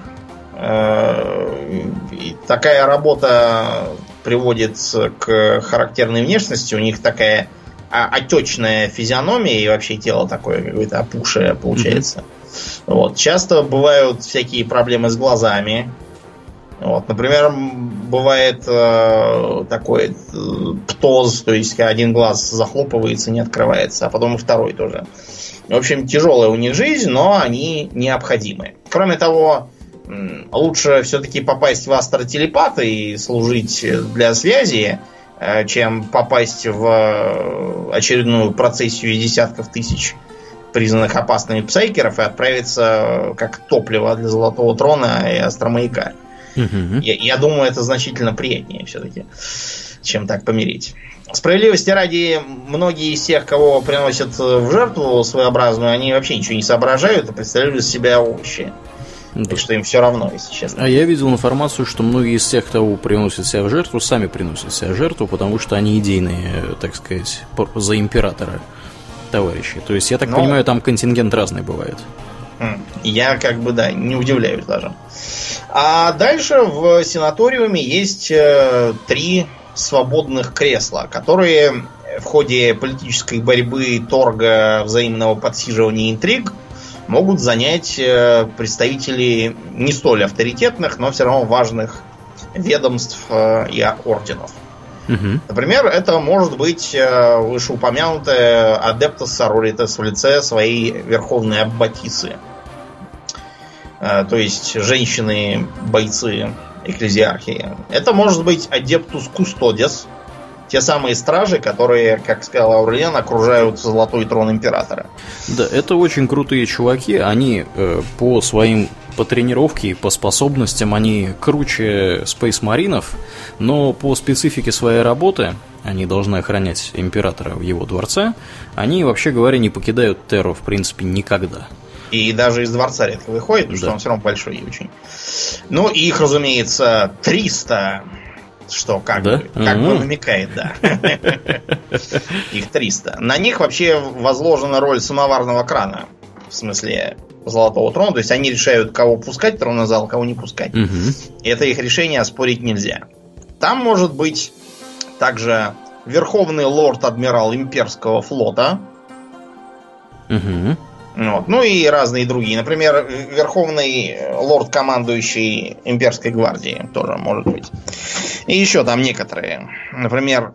И такая работа приводит к характерной внешности. У них такая отечная физиономия и вообще тело такое какое-то опухшее получается. Вот. Часто бывают всякие проблемы с глазами. Вот, например, бывает такой птоз, то есть один глаз захлопывается, не открывается, а потом и второй тоже. В общем, тяжелая у них жизнь, но они необходимы. Кроме того, лучше все-таки попасть в астротелепата и служить для связи, чем попасть в очередную процессию из десятков тысяч признанных опасными псайкеров и отправиться как топливо для Золотого Трона и Астромаяка. Я думаю, это значительно приятнее все-таки, чем так помереть. Справедливости ради, многие из тех, кого приносят в жертву своеобразную, они вообще ничего не соображают и представляют из себя овощи. Так что им все равно, если честно. А я видел информацию, что многие из тех, кто приносит себя в жертву, сами приносят себя в жертву, потому что они идейные, так сказать, за императора товарищи. То есть, я так понимаю, там контингент разный бывает. Я не удивляюсь даже. А дальше в сенаториуме есть 3 свободных кресла, которые в ходе политической борьбы, торга, взаимного подсиживания интриг могут занять представители не столь авторитетных, но все равно важных ведомств и орденов. Например, это может быть вышеупомянутая Адептус Сороритас в лице своей верховной аббатисы. То есть женщины-бойцы экклезиархии. Это может быть Адептус Кустодис, те самые стражи, которые, как сказал Аурельян, окружают Золотой Трон Императора. Да, это очень крутые чуваки. Они по тренировке и по способностям они круче спейс-маринов, но по специфике своей работы, они должны охранять Императора в его дворце, они, вообще говоря, не покидают Терру, в принципе, никогда. И даже из дворца редко выходит, потому что он все равно большой очень. Ну, и их, разумеется, 300... Что как бы намекает, да. Их 300. На них вообще возложена роль самоварного крана. В смысле Золотого Трона. То есть они решают, кого пускать в тронный зал, кого не пускать. И это их решение оспорить нельзя. Там может быть также Верховный Лорд-Адмирал Имперского флота. Вот. Ну и разные другие. Например, Верховный Лорд-командующий Имперской гвардии тоже может быть. И еще там некоторые. Например,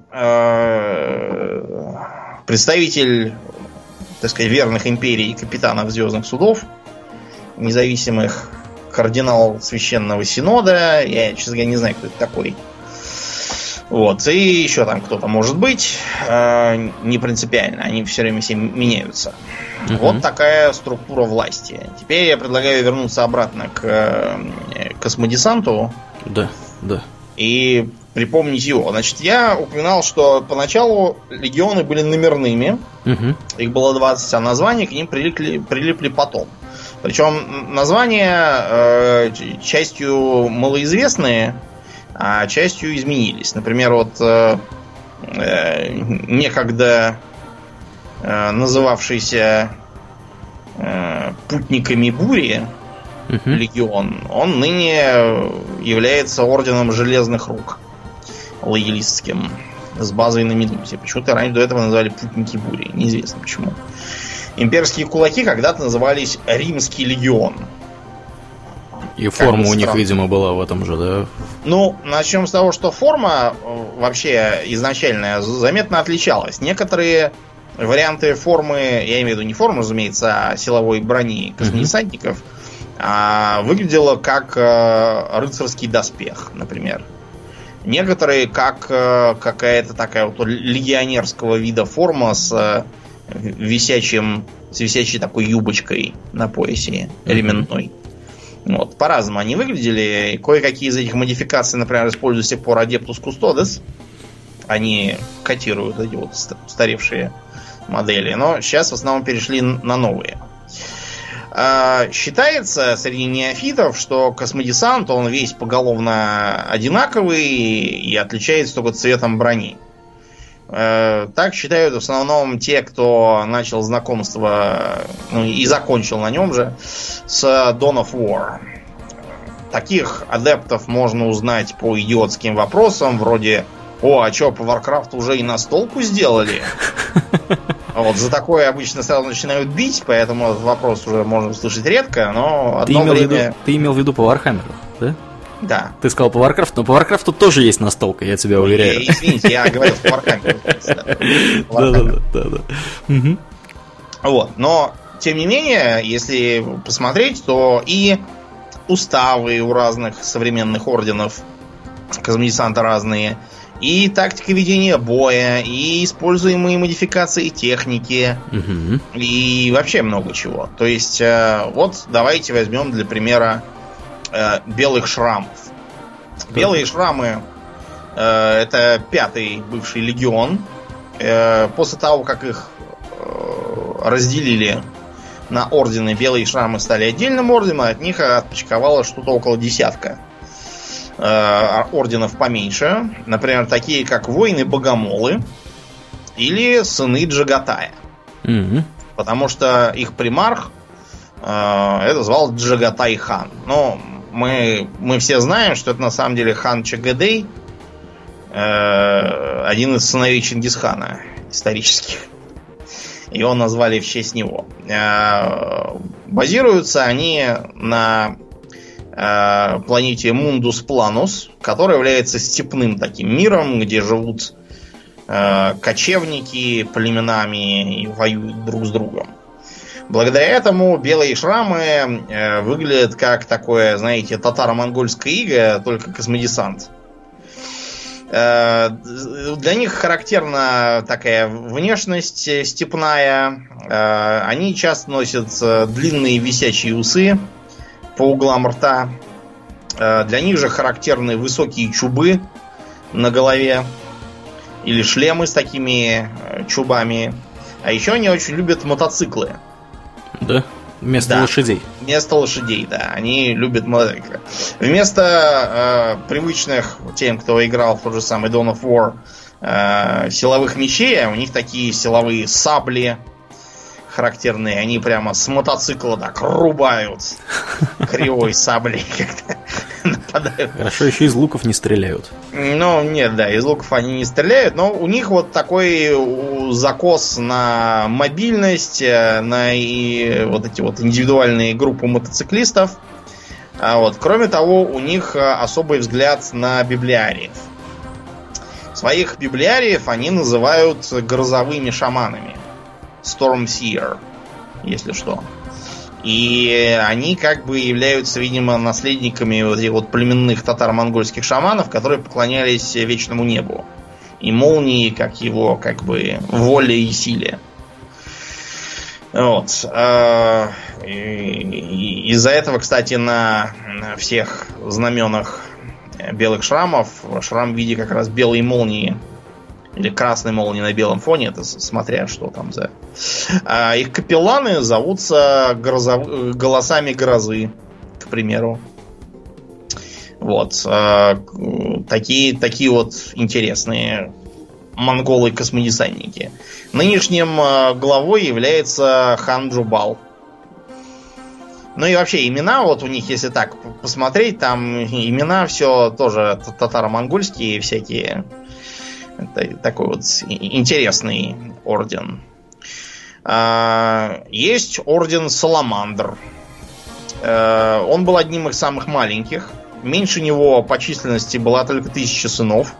представитель, так сказать, верных империй капитанов звездных судов, независимых, кардинал Священного Синода. Я, честно говоря, не знаю, кто это такой. Вот. И еще там кто-то может быть. Не принципиально. Они все время все меняются. Вот такая структура власти. Теперь я предлагаю вернуться обратно к космодесанту. Да. И припомнить его. Значит, я упоминал, что поначалу легионы были номерными. Их было 20, а названия к ним прилипли потом. Причем названия частью малоизвестные, а частью изменились. Например, вот некогда называвшийся путниками бури легион, он ныне является орденом Железных Рук лоялистским с базой на Медузе. Почему-то раньше до этого называли путники бури. Неизвестно почему. Имперские кулаки когда-то назывались Римский легион. И форма у них, видимо, была в этом же, да? Ну, начнем с того, что форма вообще изначально заметно отличалась. Некоторые варианты формы, я имею в виду не форму, разумеется, а силовой брони космодесантников, выглядела как рыцарский доспех, например. Некоторые как какая-то такая вот легионерского вида форма с висячей такой юбочкой на поясе ременной. Вот, по-разному они выглядели. Кое-какие из этих модификаций, например, используют до сих пор Adeptus Custodes. Они котируют эти вот устаревшие модели. Но сейчас в основном перешли на новые. Считается среди неофитов, что космодесант, он весь поголовно одинаковый и отличается только цветом брони. Так считают в основном те, кто начал знакомство, и закончил на нем же, с Dawn of War. Таких адептов можно узнать по идиотским вопросам, вроде: а что, по Warcraft уже и настолку сделали? Вот, за такое обычно сразу начинают бить, поэтому этот вопрос уже можно услышать редко, но одно время... Ты имел в виду по Warhammer, да? Да. Ты сказал по Warcraft, но по Warcraft тоже есть настолка, я тебя уверяю. Извините, я говорил в Warhammer. Да. Вот, но, тем не менее, если посмотреть, то и уставы у разных современных орденов космодесанта разные, и тактика ведения боя, и используемые модификации техники, и вообще много чего. То есть, вот давайте возьмем для примера белых шрамов. Белые шрамы это 5-й бывший легион. После того, как их разделили на ордены, белые шрамы стали отдельным орденом, от них отпочковало что-то около 10 орденов поменьше. Например, такие как воины-богомолы или сыны Джагатая. Потому что их примарх это звал Джагатай хан. Но мы все знаем, что это на самом деле хан Чагадей, один из сыновей Чингисхана исторических. Его назвали в честь него. Базируются они на планете Мундус Планус, которая является степным таким миром, где живут кочевники племенами и воюют друг с другом. Благодаря этому белые шрамы выглядят как такое, знаете, татаро-монгольское иго, только космодесант. Для них характерна такая внешность степная. Они часто носят длинные висячие усы по углам рта. Для них же характерны высокие чубы на голове или шлемы с такими чубами. А еще они очень любят мотоциклы. Да? Вместо лошадей. Вместо лошадей, да. Они любят мотоциклы. Вместо привычных тем, кто играл в тот же самый Dawn of War, силовых мечей, у них такие силовые сабли характерные. Они прямо с мотоцикла так рубают кривой саблей, когда нападают. Хорошо, еще из луков не стреляют. Ну, нет, да, из луков они не стреляют, но у них вот такой закос на мобильность, на и вот эти вот индивидуальные группы мотоциклистов. Вот. Кроме того, у них особый взгляд на библиариев. Своих библиариев они называют грозовыми шаманами. Stormseer, если что. И они как бы являются, видимо, наследниками вот этих вот племенных татаро-монгольских шаманов, которые поклонялись вечному небу. И молнии, как его, как бы, воле и силе. Вот. Из-за этого, кстати, на всех знаменах белых шрамов шрам в виде как раз белой молнии. Или красной молнии на белом фоне, это смотря что там за... их капелланы зовутся голосами грозы, к примеру. Вот. Такие вот интересные монголы-космодесантники. Нынешним главой является хан Джубал. Ну и вообще имена, вот у них, если так посмотреть, там имена все тоже татаро-монгольские всякие. Это такой вот интересный орден. Есть орден Саламандр. Он был одним из самых маленьких. Меньше него по численности была только 1000 сынов.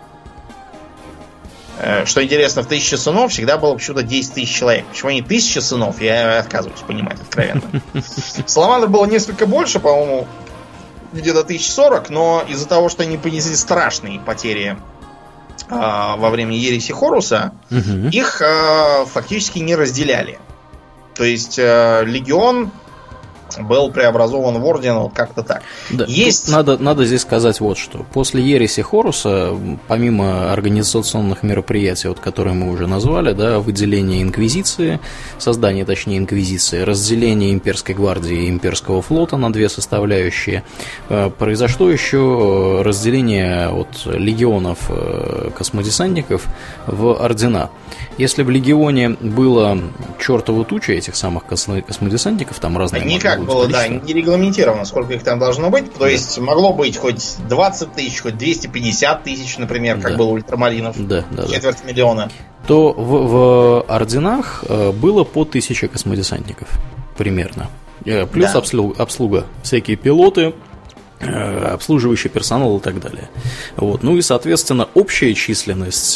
Что интересно, в 1000 сынов всегда было почему-то 10 тысяч человек. Почему не 1000 сынов, я отказываюсь понимать откровенно. Саламандр было несколько больше, по-моему, где-то 1040, но из-за того, что они понесли страшные потери во время ереси Хоруса, их фактически не разделяли. То есть легион был преобразован в орден вот как-то так. Да, есть... надо здесь сказать вот что. После ереси Хоруса, помимо организационных мероприятий, вот, которые мы уже назвали, да, выделение инквизиции, создание, точнее, инквизиции, разделение имперской гвардии и имперского флота на две составляющие, произошло еще разделение от легионов космодесантников в ордена. Если в легионе было чертову тучу этих самых космодесантников, там разные... Никак было, да, не регламентировано, сколько их там должно быть. То есть могло быть хоть 20 тысяч, хоть 250 тысяч, например, как было у ультрамаринов. Четверть миллиона. То в орденах было по 1000 космодесантников примерно. Плюс обслуга. Всякие пилоты, обслуживающий персонал и так далее. Вот. Ну и, соответственно, общая численность,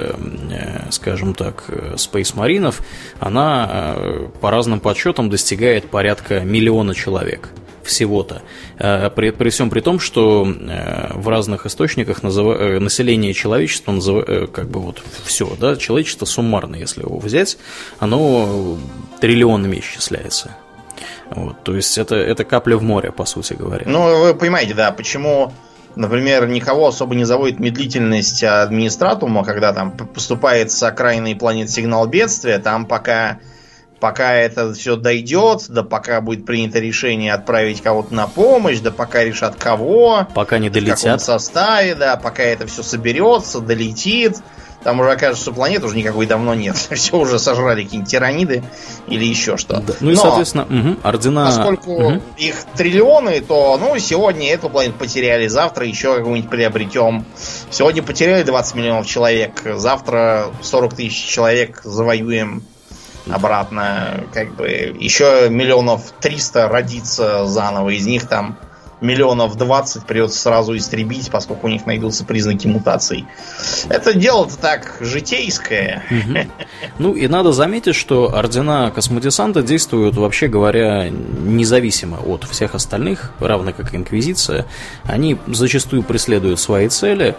скажем так, Space Marines, она по разным подсчетам достигает порядка 1 миллиона человек. Всего-то. При всем при том, что в разных источниках население человечества как бы вот все, да, человечество суммарно, если его взять, оно триллионами исчисляется. Вот, то есть это капля в море, по сути говоря. Ну, вы понимаете, да, почему, например, никого особо не заводит медлительность администратума, когда там поступает с окраинной планеты сигнал бедствия, там пока это все дойдет, да пока будет принято решение отправить кого-то на помощь, да пока решат кого, пока не долетят, в каком составе, да, пока это все соберется, долетит, там уже окажется, что планеты уже никакой давно нет. Все уже сожрали какие-нибудь тираниды или еще что. Да. Ну и, соответственно, ордена... Поскольку их триллионы, то, сегодня эту планету потеряли, завтра еще какую-нибудь приобретем. Сегодня потеряли 20 миллионов человек, завтра 40 тысяч человек завоюем обратно. Как бы еще 300 миллионов родится заново, из них там 20 миллионов придется сразу истребить, поскольку у них найдутся признаки мутаций. Это дело-то так житейское. Ну и надо заметить, что ордена космодесанта действуют, вообще говоря, независимо от всех остальных, равно как и Инквизиция. Они зачастую преследуют свои цели,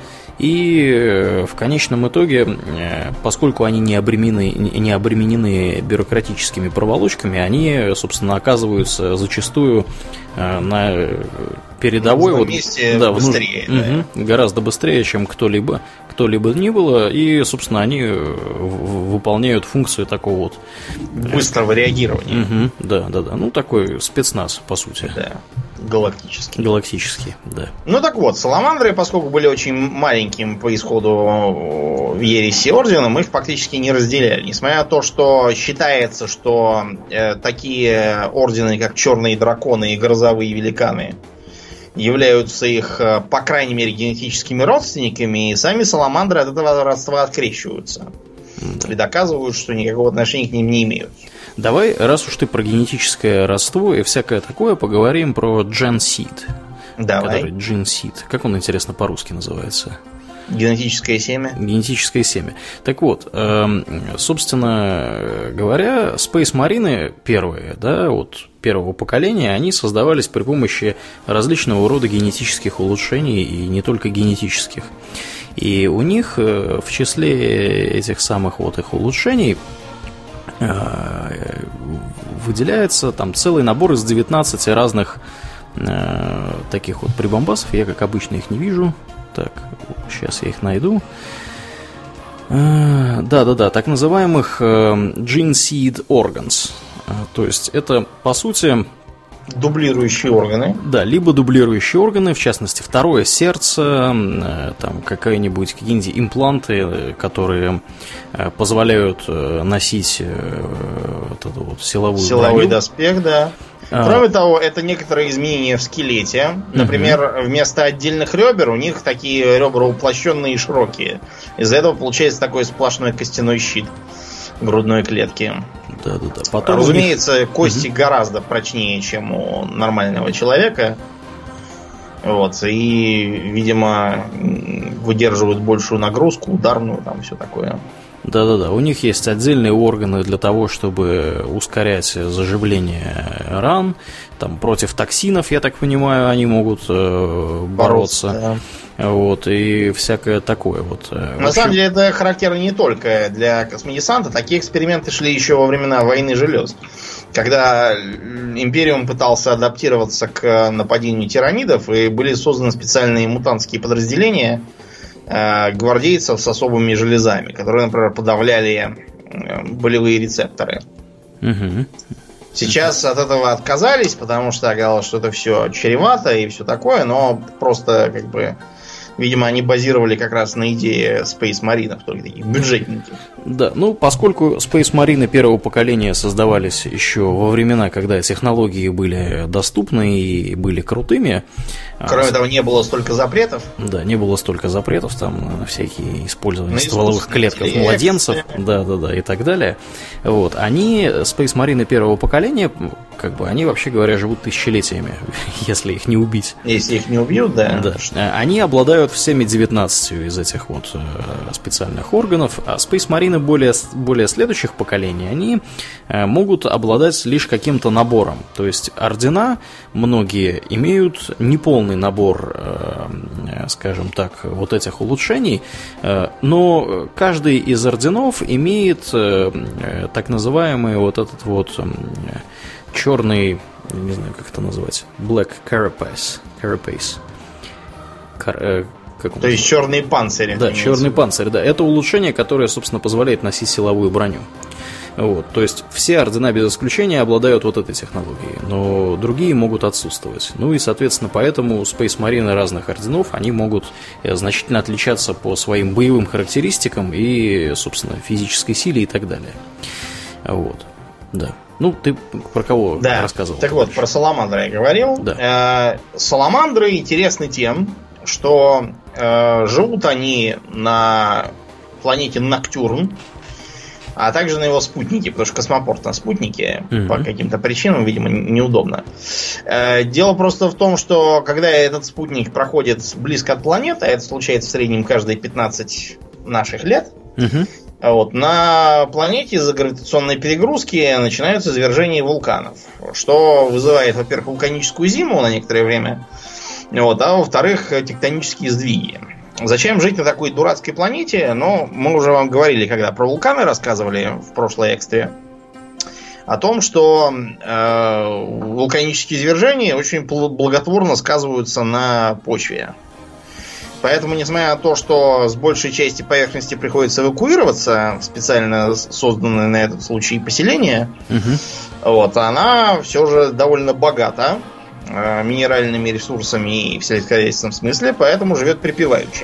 и в конечном итоге, поскольку они не обременены бюрократическими проволочками, они, собственно, оказываются зачастую на передовой месте быстрее, гораздо быстрее, чем кто-либо ни было, и, собственно, они выполняют функцию такого вот быстрого реагирования. Да. Ну, такой спецназ, по сути. Да. Галактический, да. Ну так вот, саламандры, поскольку были очень маленьким по исходу ереси ордена, мы их фактически не разделяли. Несмотря на то, что считается, что такие ордены, как Черные драконы и Грозовые великаны, являются их, по крайней мере, генетическими родственниками, и сами саламандры от этого родства открещиваются. И доказывают, что никакого отношения к ним не имеют. Давай, раз уж ты про генетическое родство и всякое такое, поговорим про GenSeed. Давай. GenSeed. Как он, интересно, по-русски называется? Генетическое семя. Генетическое семя. Так вот, собственно говоря, Space Marines первые, да, вот первого поколения, они создавались при помощи различного рода генетических улучшений, и не только генетических. И у них в числе этих самых вот их улучшений выделяется там целый набор из 19 разных таких вот прибамбасов. Я, как обычно, их не вижу. Так, сейчас я их найду. Да, так называемых GenSeed Organs. То есть это, по сути... Дублирующие органы. Да, либо дублирующие органы, в частности, второе сердце, там какие-нибудь импланты, которые позволяют носить вот эту вот силовой броню. Доспех, да. Кроме того, это некоторые изменения в скелете. Например, вместо отдельных ребер у них такие ребра уплощенные и широкие. Из-за этого получается такой сплошной костяной щит грудной клетки. Да. Потом разумеется, кости гораздо прочнее, чем у нормального человека. Вот. И, видимо, выдерживают большую нагрузку, ударную, там все такое. Да. У них есть отдельные органы для того, чтобы ускорять заживление ран. Там против токсинов, я так понимаю, они могут бороться. Да. Вот, и всякое такое. Вот. На самом деле это характерно не только для космодесанта. Такие эксперименты шли еще во времена войны желез. Когда Империум пытался адаптироваться к нападению тиранидов, и были созданы специальные мутантские подразделения гвардейцев с особыми железами, которые, например, подавляли болевые рецепторы. Сейчас от этого отказались, потому что оказалось, что это все чревато и все такое, но просто как бы, видимо, они базировали как раз на идее Space Marines, только таких бюджетненьких. Да, ну, поскольку Space Marines первого поколения создавались еще во времена, когда технологии были доступны и были крутыми. Кроме того, не было столько запретов. Да, не было столько запретов, там всякие использования стволовых клетков младенцев, да, и так далее. Вот, они, Space Marines первого поколения, как бы, они, вообще говоря, живут тысячелетиями, если их не убить. Если их не убьют, да. Они обладают всеми 19 из этих вот специальных органов, а Space Marine более следующих поколений, они могут обладать лишь каким-то набором. То есть ордена многие имеют неполный набор, скажем так, вот этих улучшений, но каждый из орденов имеет так называемый вот этот вот черный, не знаю, как это назвать, Black Carapace. То есть черный панцирь. Да, черный панцирь, да. Это улучшение, которое, собственно, позволяет носить силовую броню. Вот, то есть все ордена без исключения обладают вот этой технологией, но другие могут отсутствовать. Ну и, соответственно, поэтому Space Marine разных орденов, они могут значительно отличаться по своим боевым характеристикам и, собственно, физической силе и так далее. Вот, да. Ну, ты про кого рассказывал? Так вот, про саламандры я говорил. Да. Саламандры интересны тем, что живут они на планете Ноктюрн, а также на его спутнике, потому что космопорт на спутнике по каким-то причинам, видимо, неудобно. Дело просто в том, что когда этот спутник проходит близко от планеты, а это случается в среднем каждые 15 наших лет, вот, на планете из-за гравитационной перегрузки начинаются извержения вулканов, что вызывает, во-первых, вулканическую зиму на некоторое время, вот, а во-вторых, тектонические сдвиги. Зачем жить на такой дурацкой планете? Но мы уже вам говорили, когда про вулканы рассказывали в прошлой экстре, о том, что вулканические извержения очень благотворно сказываются на почве. Поэтому, несмотря на то, что с большей части поверхности приходится эвакуироваться в специально созданное на этот случай поселение, вот, она все же довольно богата минеральными ресурсами и в сельскохозяйственном смысле, поэтому живет припеваючи.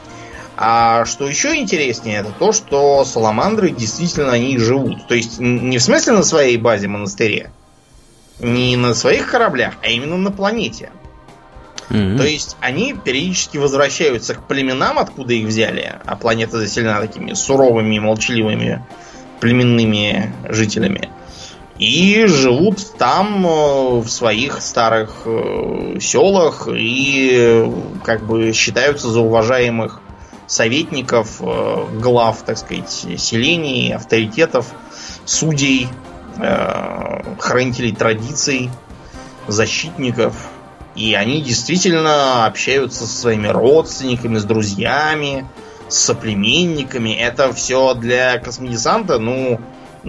А что еще интереснее, это то, что саламандры действительно на них живут. То есть не в смысле на своей базе монастыре, не на своих кораблях, а именно на планете. То есть они периодически возвращаются к племенам, откуда их взяли, а планета заселена такими суровыми, молчаливыми племенными жителями. И живут там в своих старых селах и как бы считаются за уважаемых советников, глав, так сказать, селений, авторитетов, судей, хранителей традиций, защитников. И они действительно общаются со своими родственниками, с друзьями, с соплеменниками. Это все для космодесанта, ну,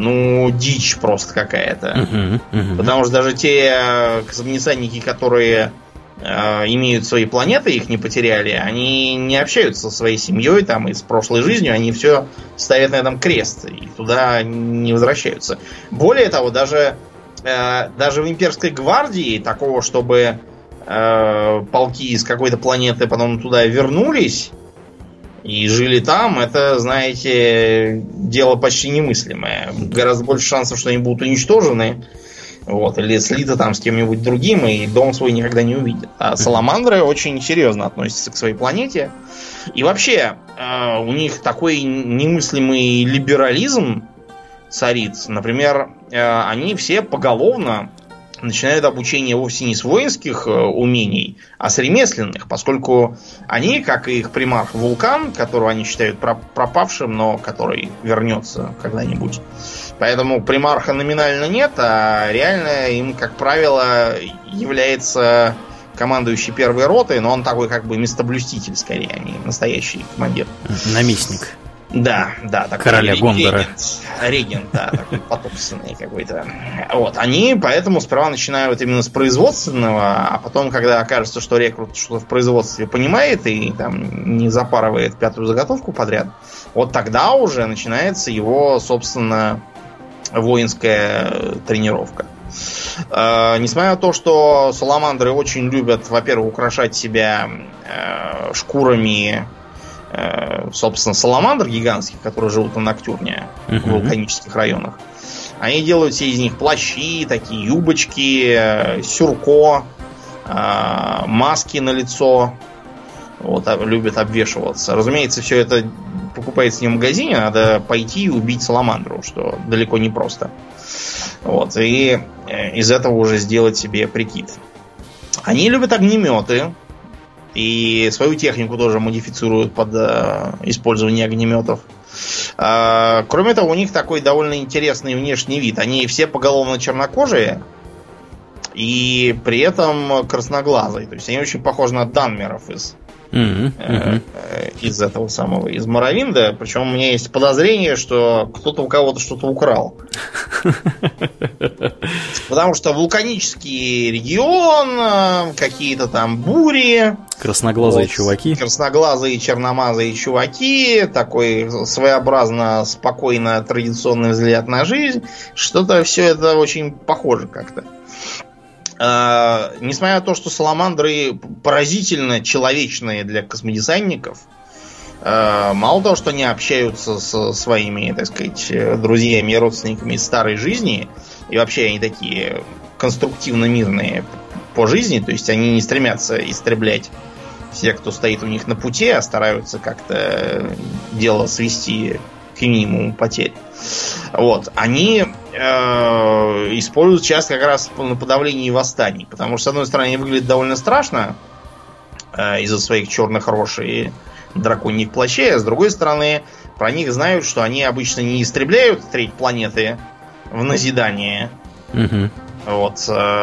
дичь просто какая-то. Потому что даже те космодесантники, которые имеют свои планеты, их не потеряли, они не общаются со своей семьей там и с прошлой жизнью, они все ставят на этом крест и туда не возвращаются. Более того, даже в имперской гвардии такого, чтобы полки из какой-то планеты потом туда вернулись и жили там, это, знаете, дело почти немыслимое. Гораздо больше шансов, что они будут уничтожены, вот, или слиты там с кем-нибудь другим, и дом свой никогда не увидят. А саламандры очень серьезно относятся к своей планете. И вообще, у них такой немыслимый либерализм царит. Например, они все поголовно начинают обучение вовсе не с воинских умений, а с ремесленных, поскольку они, как и их примарх Вулкан, которого они считают пропавшим, но который вернется когда-нибудь. Поэтому примарха номинально нет, а реально им, как правило, является командующий первой ротой, но он такой как бы местоблюститель скорее, а не настоящий командир. Наместник. Да, такой короля Гондора. Регент, да, такой потомственный какой-то. Вот, они поэтому сперва начинают именно с производственного, а потом, когда окажется, что рекрут что-то в производстве понимает и там не запарывает пятую заготовку подряд, вот тогда уже начинается его, собственно, воинская тренировка. Несмотря на то, что саламандры очень любят, во-первых, украшать себя шкурами, собственно, саламандр гигантских, которые живут на Ноктюрне, в вулканических районах. Они делают все из них плащи, такие юбочки, сюрко, маски на лицо. Вот, любят обвешиваться. Разумеется, все это покупается не в магазине, надо пойти и убить саламандру, что далеко не просто. Вот, и из этого уже сделать себе прикид. Они любят огнеметы. И свою технику тоже модифицируют под использование огнеметов. Кроме того, у них такой довольно интересный внешний вид. Они все поголовно чернокожие и при этом красноглазые. То есть они очень похожи на данмеров из этого самого, из Моровинда. Причем у меня есть подозрение, что кто-то у кого-то что-то украл. Потому что вулканический регион, какие-то там бури. Красноглазые чуваки. Красноглазые черномазые чуваки. Такой своеобразно спокойно традиционный взгляд на жизнь. Что-то все это очень похоже как-то. Несмотря на то, что саламандры поразительно человечные для космодесантников, мало того, что они общаются со своими, так сказать, друзьями и родственниками из старой жизни, и вообще они такие конструктивно мирные по жизни, то есть они не стремятся истреблять всех, кто стоит у них на пути, а стараются как-то дело свести к минимуму потерь. Вот. Они используют часто как раз на подавлении восстаний. Потому что, с одной стороны, они выглядят довольно страшно из-за своих черных рож и драконьих плащей, а с другой стороны, про них знают, что они обычно не истребляют треть планеты в назидание. Угу. Вот.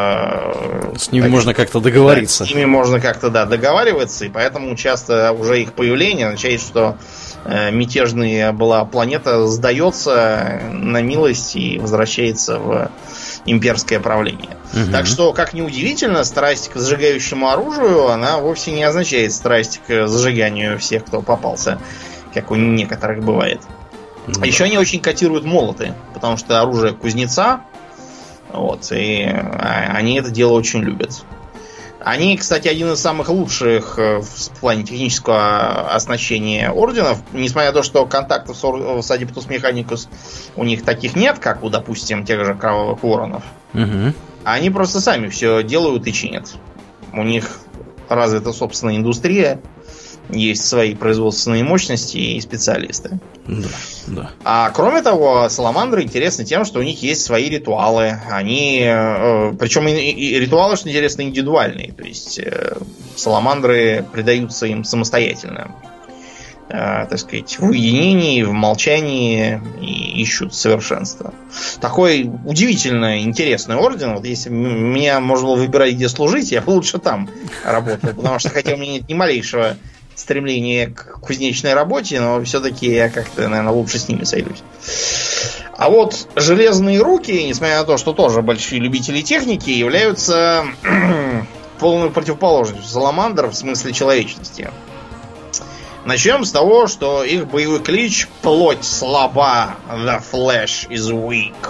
С ними можно как-то договориться. Да, с ними можно как-то, да, договариваться, и поэтому часто уже их появление означает, что мятежная была планета сдается на милость и возвращается в имперское правление. Угу. Так что, как ни удивительно, страсть к зажигающему оружию, она вовсе не означает страсть к зажиганию всех, кто попался, как у некоторых бывает. Да. Еще они очень котируют молоты, потому что оружие кузнеца, вот, и они это дело очень любят. Они, кстати, один из самых лучших в плане технического оснащения орденов. Несмотря на то, что контактов с Adeptus Mechanicus у них таких нет, как у, допустим, тех же Кровавых Воронов. Угу. Они просто сами все делают и чинят. У них развита собственная индустрия, есть свои производственные мощности и специалисты. Да, да. А кроме того, саламандры интересны тем, что у них есть свои ритуалы. Они, причем и ритуалы, что интересно, индивидуальные. То есть саламандры предаются им самостоятельно, так сказать, в уединении, в молчании и ищут совершенства. Такой удивительно интересный орден. Вот если меня можно было выбирать, где служить, я бы лучше там работал, потому что хотя у меня нет ни малейшего стремление к кузнечной работе, но все-таки я как-то, наверное, лучше с ними сойдусь. А вот железные руки, несмотря на то, что тоже большие любители техники, являются полной противоположностью саламандр в смысле человечности. Начнем с того, что их боевой клич «Плоть слаба, the flesh is weak».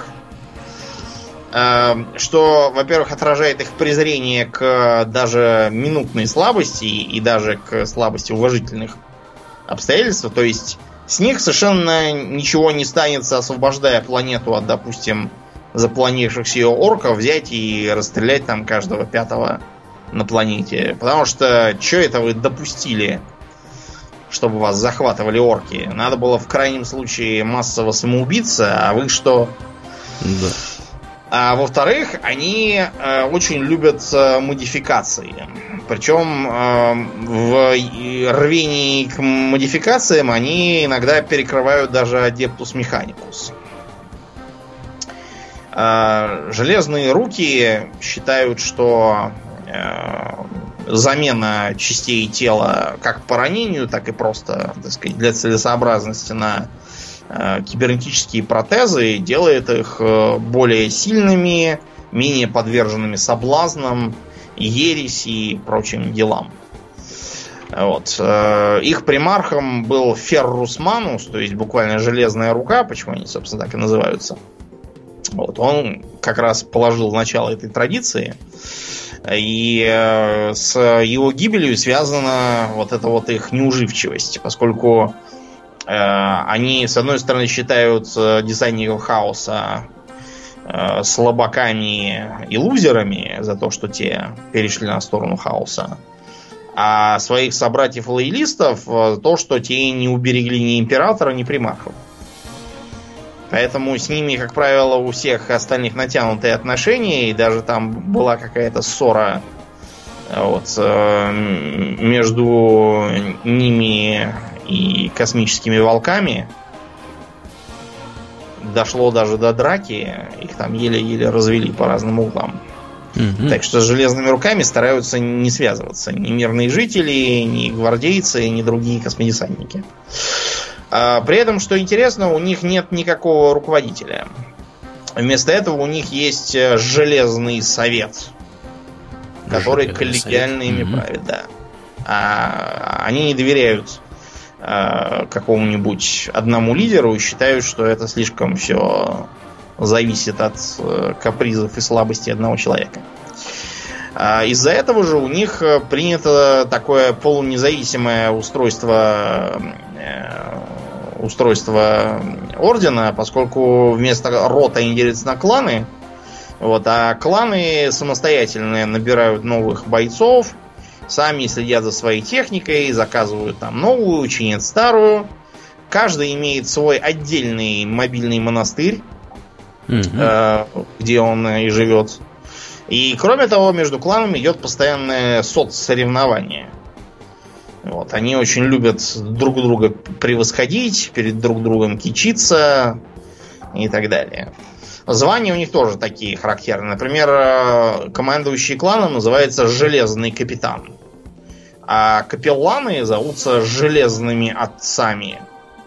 Что, во-первых, отражает их презрение к даже минутной слабости и даже к слабости уважительных обстоятельств. То есть с них совершенно ничего не станется, освобождая планету от, допустим, запланившихся ее орков, взять и расстрелять там каждого пятого на планете. Потому что что это вы допустили, чтобы вас захватывали орки? Надо было в крайнем случае массово самоубиться, а вы что? Да. А во-вторых, они очень любят модификации. Причем в рвении к модификациям они иногда перекрывают даже Adeptus Mechanicus. Железные руки считают, что замена частей тела как по ранению, так и просто, так сказать, для целесообразности на кибернетические протезы делает их более сильными, менее подверженными соблазнам, ереси и прочим делам. Вот. Их примархом был Феррус Манус, то есть буквально железная рука, почему они, собственно, так и называются. Вот. Он как раз положил начало этой традиции. И с его гибелью связана вот эта вот их неуживчивость, поскольку они, с одной стороны, считают десантников хаоса слабаками и лузерами за то, что те перешли на сторону хаоса, а своих собратьев-лоялистов то, что те не уберегли ни императора, ни примархов. Поэтому с ними, как правило, у всех остальных натянутые отношения, и даже там была какая-то ссора между ними и космическими волками. Дошло даже до драки, их там еле-еле развели по разным углам. Так что с железными руками стараются не связываться ни мирные жители, ни гвардейцы, ни другие космодесантники. При этом, что интересно, у них нет никакого руководителя. Вместо этого у них есть железный совет, который коллегиально ими правит, да. Они не доверяют какому-нибудь одному лидеру и считают, что это слишком все зависит от капризов и слабости одного человека. Из-за этого же у них принято такое полунезависимое устройство ордена, поскольку вместо рота они делятся на кланы, а кланы самостоятельно набирают новых бойцов, сами следят за своей техникой, заказывают там новую, чинят старую. Каждый имеет свой отдельный мобильный монастырь, где он и живет. И кроме того, между кланами идет постоянное соцсоревнование. Они очень любят друг друга превосходить, перед друг другом кичиться и так далее. Звания у них тоже такие характерные. Например, командующий кланом называется Железный Капитан. А капелланы зовутся Железными Отцами.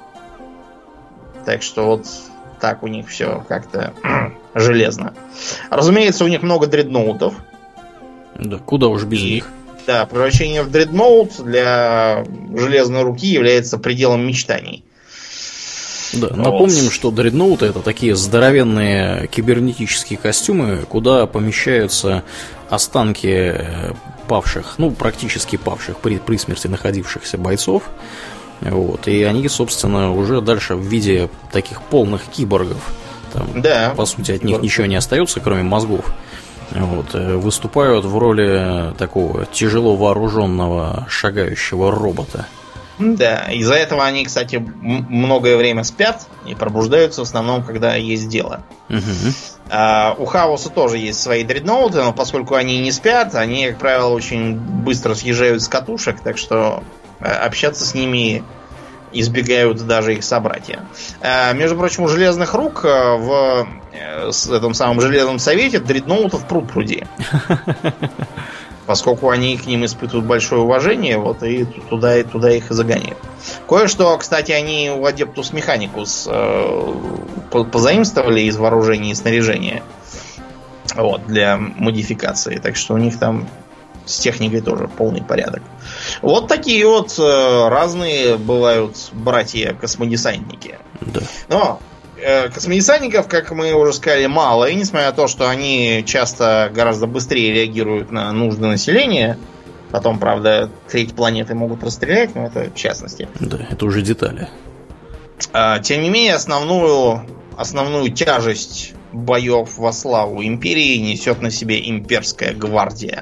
Так что так у них все как-то железно. Разумеется, у них много дредноутов. Да, куда уж без них. Да, превращение в дредноут для железной руки является пределом мечтаний. Да, напомним, что дредноуты — это такие здоровенные кибернетические костюмы, куда помещаются останки павших, практически павших при смерти находившихся бойцов. И они, собственно, уже дальше в виде таких полных киборгов. Там, да. По сути, от них ничего не остается, кроме мозгов. Выступают в роли такого тяжело вооруженного шагающего робота. Да, из-за этого они, кстати, многое время спят и пробуждаются в основном, когда есть дело. У Хаоса тоже есть свои дредноуты, но поскольку они не спят, они, как правило, очень быстро съезжают с катушек, так что общаться с ними избегают даже их собратья. Между прочим, у Железных Рук в этом самом Железном Совете дредноутов пруд-пруди. Поскольку они к ним испытывают большое уважение, и туда их и загоняют. Кое-что, кстати, они у Adeptus Mechanicus позаимствовали из вооружения и снаряжения. Для модификации. Так что у них там с техникой тоже полный порядок. Такие разные бывают братья-космодесантники. Да. Но космодесантников, как мы уже сказали, мало. И несмотря на то, что они часто гораздо быстрее реагируют на нужды населения, потом, правда, треть планеты могут расстрелять, но это в частности. Да, это уже детали. Тем не менее, основную тяжесть боев во славу империи несет на себе имперская гвардия.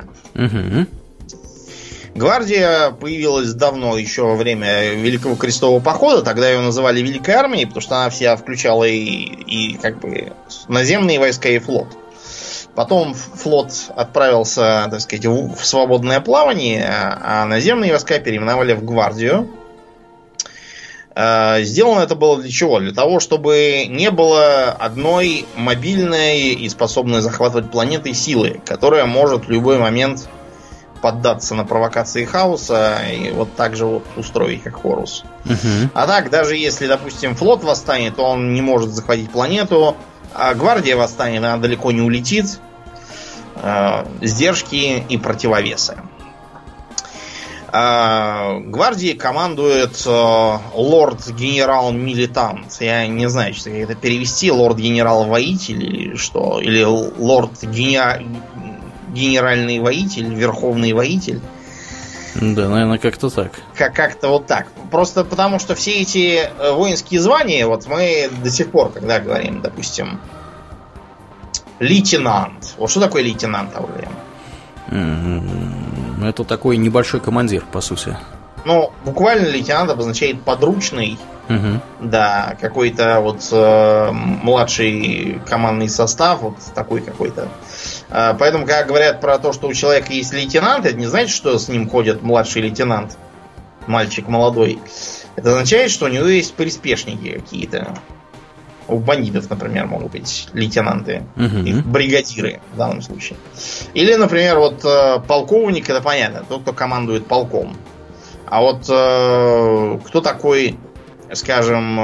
Гвардия появилась давно, еще во время Великого Крестового Похода. Тогда ее называли Великой Армией, потому что она вся включала и наземные войска, и флот. Потом флот отправился, так сказать, в свободное плавание, а наземные войска переименовали в гвардию. Сделано это было для чего? Для того, чтобы не было одной мобильной и способной захватывать планеты силы, которая может в любой момент поддаться на провокации Хаоса и так же устроить, как Хорус. А так, даже если, допустим, флот восстанет, то он не может захватить планету, а гвардия восстанет, она далеко не улетит. Сдержки и противовесы. Гвардией командует лорд-генерал Милитант. Я не знаю, что это перевести. Лорд-генерал Воитель или что? Или лорд-генеральный воитель, верховный воитель. Да, наверное, как-то так. Как-то так. Просто потому, что все эти воинские звания, мы до сих пор, когда говорим, допустим, лейтенант. Что такое лейтенант, Аурлиен? Это такой небольшой командир, по сути. Ну, буквально лейтенант обозначает подручный. Да, какой-то вот младший командный состав, вот такой какой-то. Поэтому, когда говорят про то, что у человека есть лейтенант, это не значит, что с ним ходит младший лейтенант, мальчик молодой. Это означает, что у него есть приспешники какие-то. У бандитов, например, могут быть лейтенанты, их бригадиры в данном случае. Или, например, вот полковник, это понятно, тот, кто командует полком. А вот кто такой, скажем,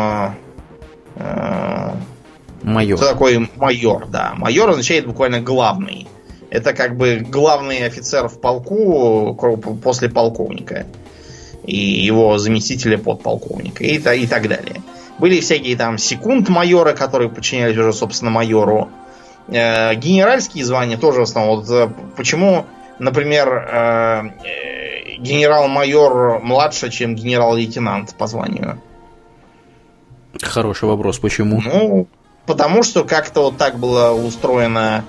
майор. Кто такой майор, да. Майор означает буквально главный. Это как бы главный офицер в полку после полковника. И его заместителя подполковника. И так далее. Были всякие там секунд-майоры, которые подчинялись уже, собственно, майору. Генеральские звания тоже в основном. Вот почему, например, генерал-майор младше, чем генерал-лейтенант по званию? Хороший вопрос. Почему? Ну, потому что как-то вот так была устроена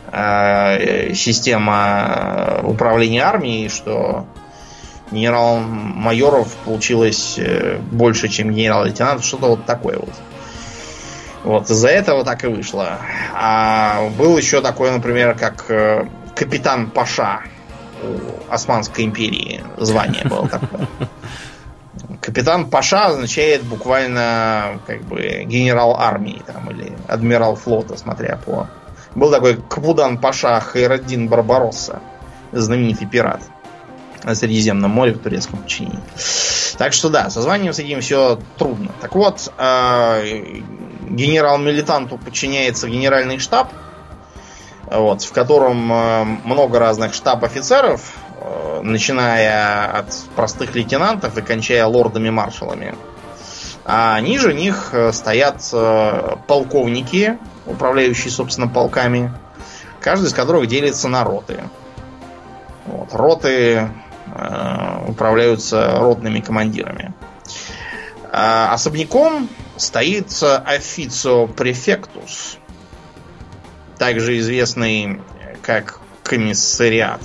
система управления армией, что генерал-майоров получилось больше, чем генерал-лейтенантов. Что-то вот такое вот. Вот, из-за этого так и вышло. А был еще такой, например, как капитан Паша у Османской империи. Звание было такое. Капитан Паша означает буквально как бы генерал армии там, или адмирал флота, смотря по... Был такой Капудан Паша Хайреддин Барбаросса, знаменитый пират на Средиземном море в турецком подчинении. Так что да, со званием с этим все трудно. Так вот, генерал-милитанту подчиняется генеральный штаб, вот, в котором много разных штаб-офицеров, начиная от простых лейтенантов и кончая лордами-маршалами. А ниже них стоят полковники, управляющие, собственно, полками, каждый из которых делится на роты. Вот, роты управляются ротными командирами. Особняком стоит officio prefectus, также известный как комиссариат.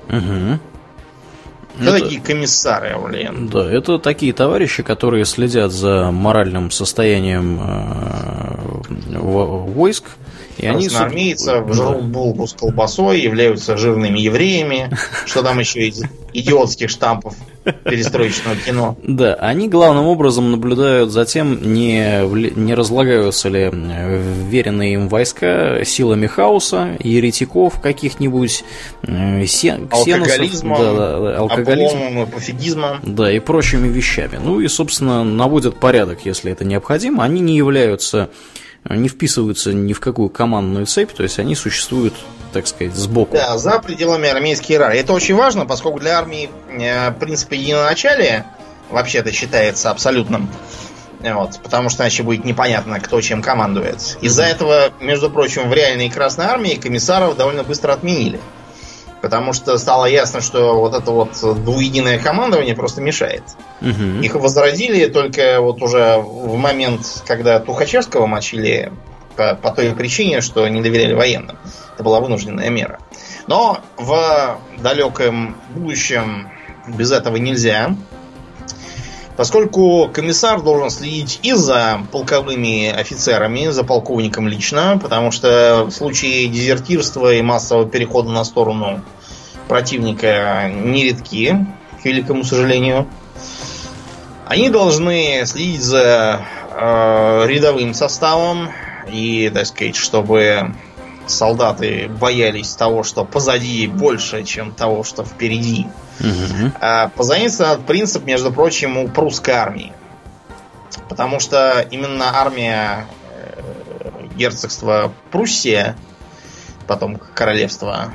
Кто такие комиссары, Аурлиен? Да, это такие товарищи, которые следят за моральным состоянием войск. И они красноармейцев, жрут булку с колбасой, являются жирными евреями. Что там еще из идиотских штампов перестроечного кино? Да, они главным образом наблюдают за тем, не разлагаются ли веренные им войска силами хаоса, еретиков каких-нибудь, алкоголизмом, пофигизмом. Да, и прочими вещами. Ну и, собственно, наводят порядок, если это необходимо. Они не вписываются ни в какую командную цепь, то есть они существуют, так сказать, сбоку. Да, за пределами армейской иерархии. Это очень важно, поскольку для армии принцип единоначалия вообще-то считается абсолютным. Вот, потому что иначе будет непонятно, кто чем командует. Из-за этого, между прочим, в реальной Красной армии комиссаров довольно быстро отменили. Потому что стало ясно, что вот это вот двуединое командование просто мешает. Их возродили только вот уже в момент, когда Тухачевского мочили по той причине, что не доверяли военным. Это была вынужденная мера. Но в далеком будущем без этого нельзя. Поскольку комиссар должен следить и за полковыми офицерами, за полковником лично, потому что в случае дезертирства и массового перехода на сторону противника нередки, к великому сожалению. Они должны следить за рядовым составом и, так сказать, чтобы солдаты боялись того, что позади больше, чем того, что впереди. Позаимствован этот принцип, между прочим, у прусской армии. Потому что именно армия герцогства Пруссия, потом королевство,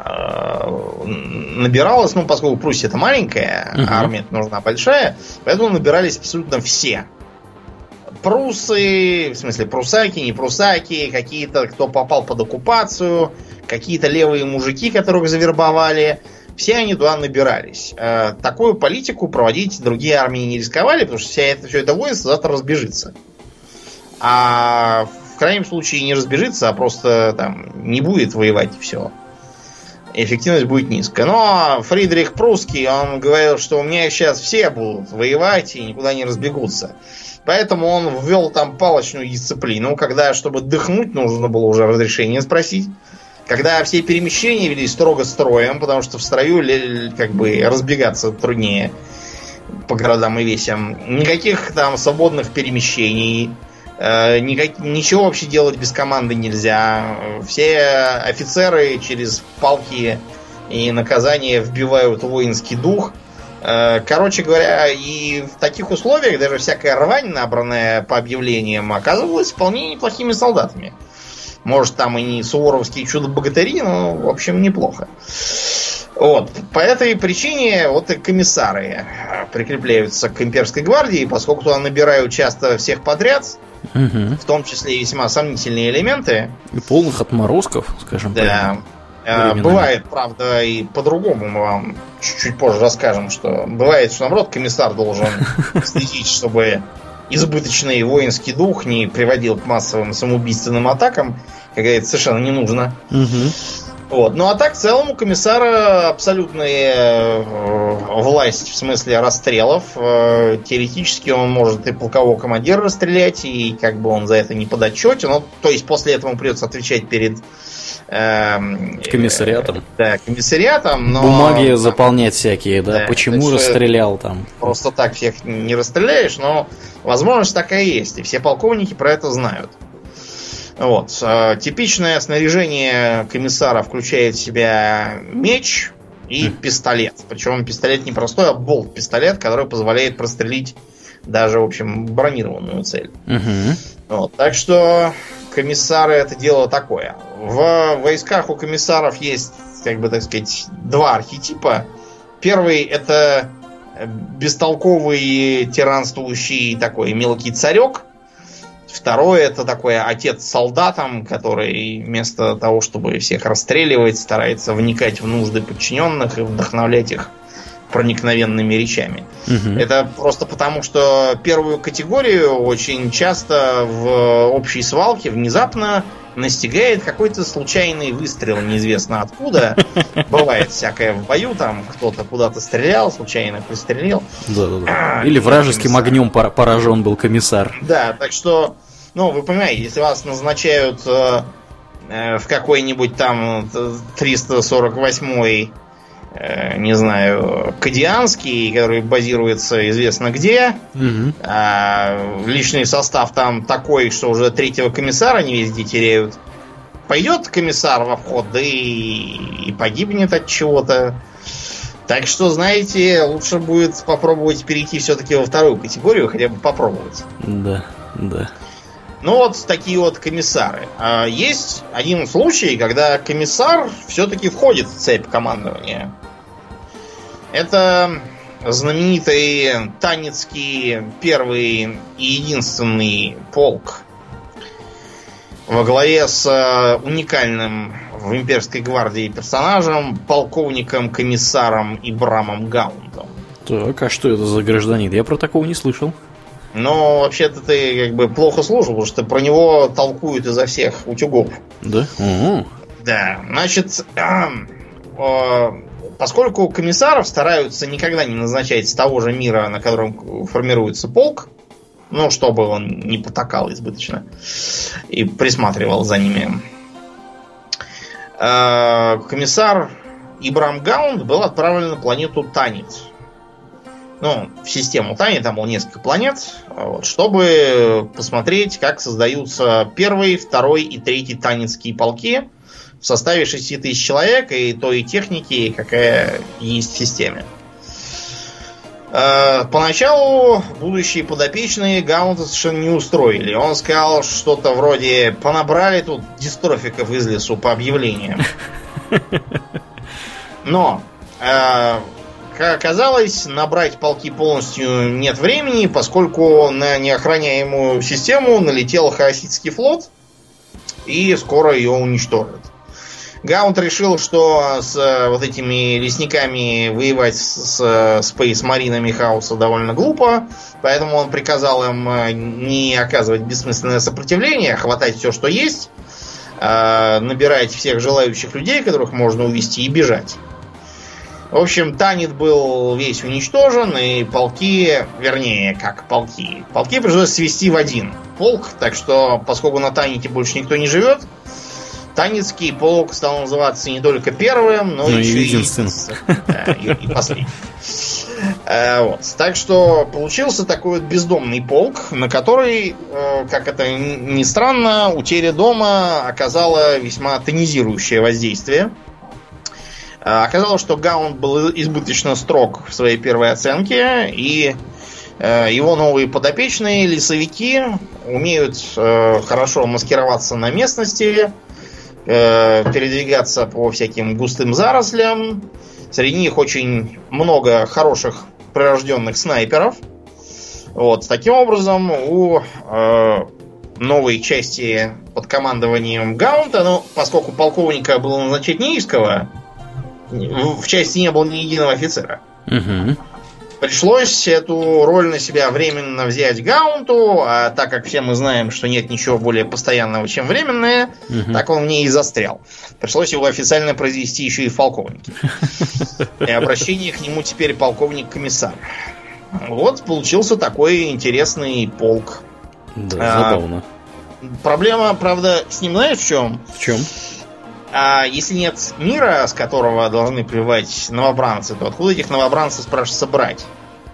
набиралась, поскольку Пруссия это маленькая, а армия нужна большая, поэтому набирались абсолютно все. Пруссы, в смысле прусаки, не прусаки, какие-то, кто попал под оккупацию, какие-то левые мужики, которых завербовали. Все они туда набирались. Такую политику проводить другие армии не рисковали, потому что все это воинство завтра разбежится. А в крайнем случае не разбежится, а просто там не будет воевать и все. эффективность будет низкая. Но Фридрих Прусский, он говорил, что у меня сейчас все будут воевать и никуда не разбегутся. Поэтому он ввел там палочную дисциплину, когда, чтобы дыхнуть, нужно было уже разрешение спросить. Когда все перемещения велись строго строем, потому что в строю как бы разбегаться труднее по городам и весям. Никаких там свободных перемещений, ничего вообще делать без команды нельзя. Все офицеры через палки и наказания вбивают воинский дух. Короче говоря, и в таких условиях даже всякая рвань, набранная по объявлениям, оказывалась вполне неплохими солдатами. Может, там и не суворовские чудо-богатыри, но, в общем, неплохо. Вот. По этой причине вот и комиссары прикрепляются к имперской гвардии, поскольку туда набирают часто всех подряд, в том числе и весьма сомнительные элементы. И полных отморозков, скажем так. Да. Бывает, правда, и по-другому, мы вам чуть позже расскажем, что бывает, что, наоборот, комиссар должен следить, чтобы избыточный воинский дух не приводил к массовым самоубийственным атакам, когда это совершенно не нужно. Вот. Ну а так, в целом, у комиссара абсолютная власть в смысле расстрелов. Теоретически он может и полкового командира расстрелять, и как бы он за это не подотчетен. Ну, то есть после этого ему придется отвечать перед комиссариатом. Да, комиссариатом, но... Бумаги заполнять всякие, да, почему расстрелял там. Просто так всех не расстреляешь, но возможность такая есть, и все полковники про это знают. Вот. Типичное снаряжение комиссара включает в себя меч и пистолет. Причем пистолет не простой, а болт-пистолет, который позволяет прострелить даже, в общем, бронированную цель. Вот. Так что комиссары — это дело такое. В войсках у комиссаров есть, как бы так сказать, два архетипа. Первый — это бестолковый, тиранствующий такой мелкий царек. Второй — это такой отец солдатам, который вместо того, чтобы всех расстреливать, старается вникать в нужды подчиненных и вдохновлять их проникновенными речами. Это просто потому, что первую категорию очень часто в общей свалке внезапно настигает какой-то случайный выстрел неизвестно откуда. Бывает всякое в бою, там кто-то куда-то стрелял, случайно пристрелил. Да. Или вражеским огнем поражен был комиссар. Да, так что, ну, вы понимаете, если вас назначают в какой-нибудь там 348-й, не знаю, Кадианский, который базируется известно где. Личный состав там такой, что уже третьего комиссара не везде теряют. Пойдет комиссар во вход, да и погибнет от чего-то. Так что, знаете, лучше будет попробовать перейти все-таки во вторую категорию, хотя бы попробовать. Да. Ну вот такие вот комиссары. Есть один случай, когда комиссар все-таки входит в цепь командования. Это знаменитый Танецкий первый и единственный полк во главе с уникальным в имперской гвардии персонажем, полковником-комиссаром Ибрамом Гаунтом. Так, а что это за гражданин? Я про такого не слышал. Но вообще-то ты как бы плохо слушал, потому что про него толкуют изо всех утюгов. Да? Да. Значит, поскольку комиссаров стараются никогда не назначать с того же мира, на котором формируется полк, ну, чтобы он не потакал избыточно и присматривал за ними, комиссар Ибрам Гаунд был отправлен на планету Танец. Ну, в систему Тани, там было несколько планет, вот, чтобы посмотреть, как создаются первый, второй и третий танецкие полки в составе 6000 человек и той техники, какая есть в системе. Поначалу будущие подопечные Гаунта совершенно не устроили. Он сказал что-то вроде: понабрали тут дистрофиков из лесу по объявлениям. Но... как оказалось, набрать полки полностью нет времени, поскольку на неохраняемую систему налетел хаоситский флот, и скоро ее уничтожат. Гаунт решил, что с вот этими лесниками воевать с спейс-маринами хаоса довольно глупо, поэтому он приказал им не оказывать бессмысленное сопротивление, хватать все, что есть, набирать всех желающих людей, которых можно увести, и бежать. В общем, Танит был весь уничтожен, и полки пришлось свести в один полк, так что, поскольку на Таните больше никто не живет, Танитский полк стал называться не только первым, но еще и единственным. И последним. Вот. Так что получился такой вот бездомный полк, на который, как это ни странно, утеря дома оказала весьма тонизирующее воздействие. Оказалось, что Гаунд был избыточно строг в своей первой оценке, и его новые подопечные, лесовики, умеют хорошо маскироваться на местности, передвигаться по всяким густым зарослям. Среди них очень много хороших прирожденных снайперов. Вот. Таким образом, у новой части под командованием Гаунта, поскольку полковника было назначать не из кого, в части не было ни единого офицера. Угу. Пришлось эту роль на себя временно взять Гаунту, а так как все мы знаем, что нет ничего более постоянного, чем временное, так он в ней и застрял. Пришлось его официально произвести еще и в полковнике. И обращение к нему теперь полковник-комиссар. Вот получился такой интересный полк. Да, забавно. Проблема, правда, с ним знаешь в чем? В чем? Если нет мира, с которого должны прибывать новобранцы, то откуда этих новобранцев, спрашивается, брать?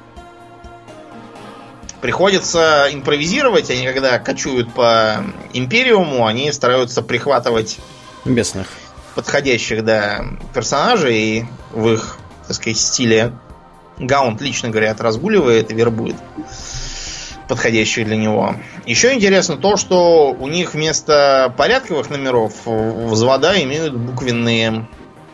Приходится импровизировать. Они, когда кочуют по Империуму, они стараются прихватывать местных подходящих, да, персонажей в их, так сказать, стиле. Гаунд, лично говорят, разгуливает и вербует подходящих для него. Еще интересно то, что у них вместо порядковых номеров взвода имеют буквенные.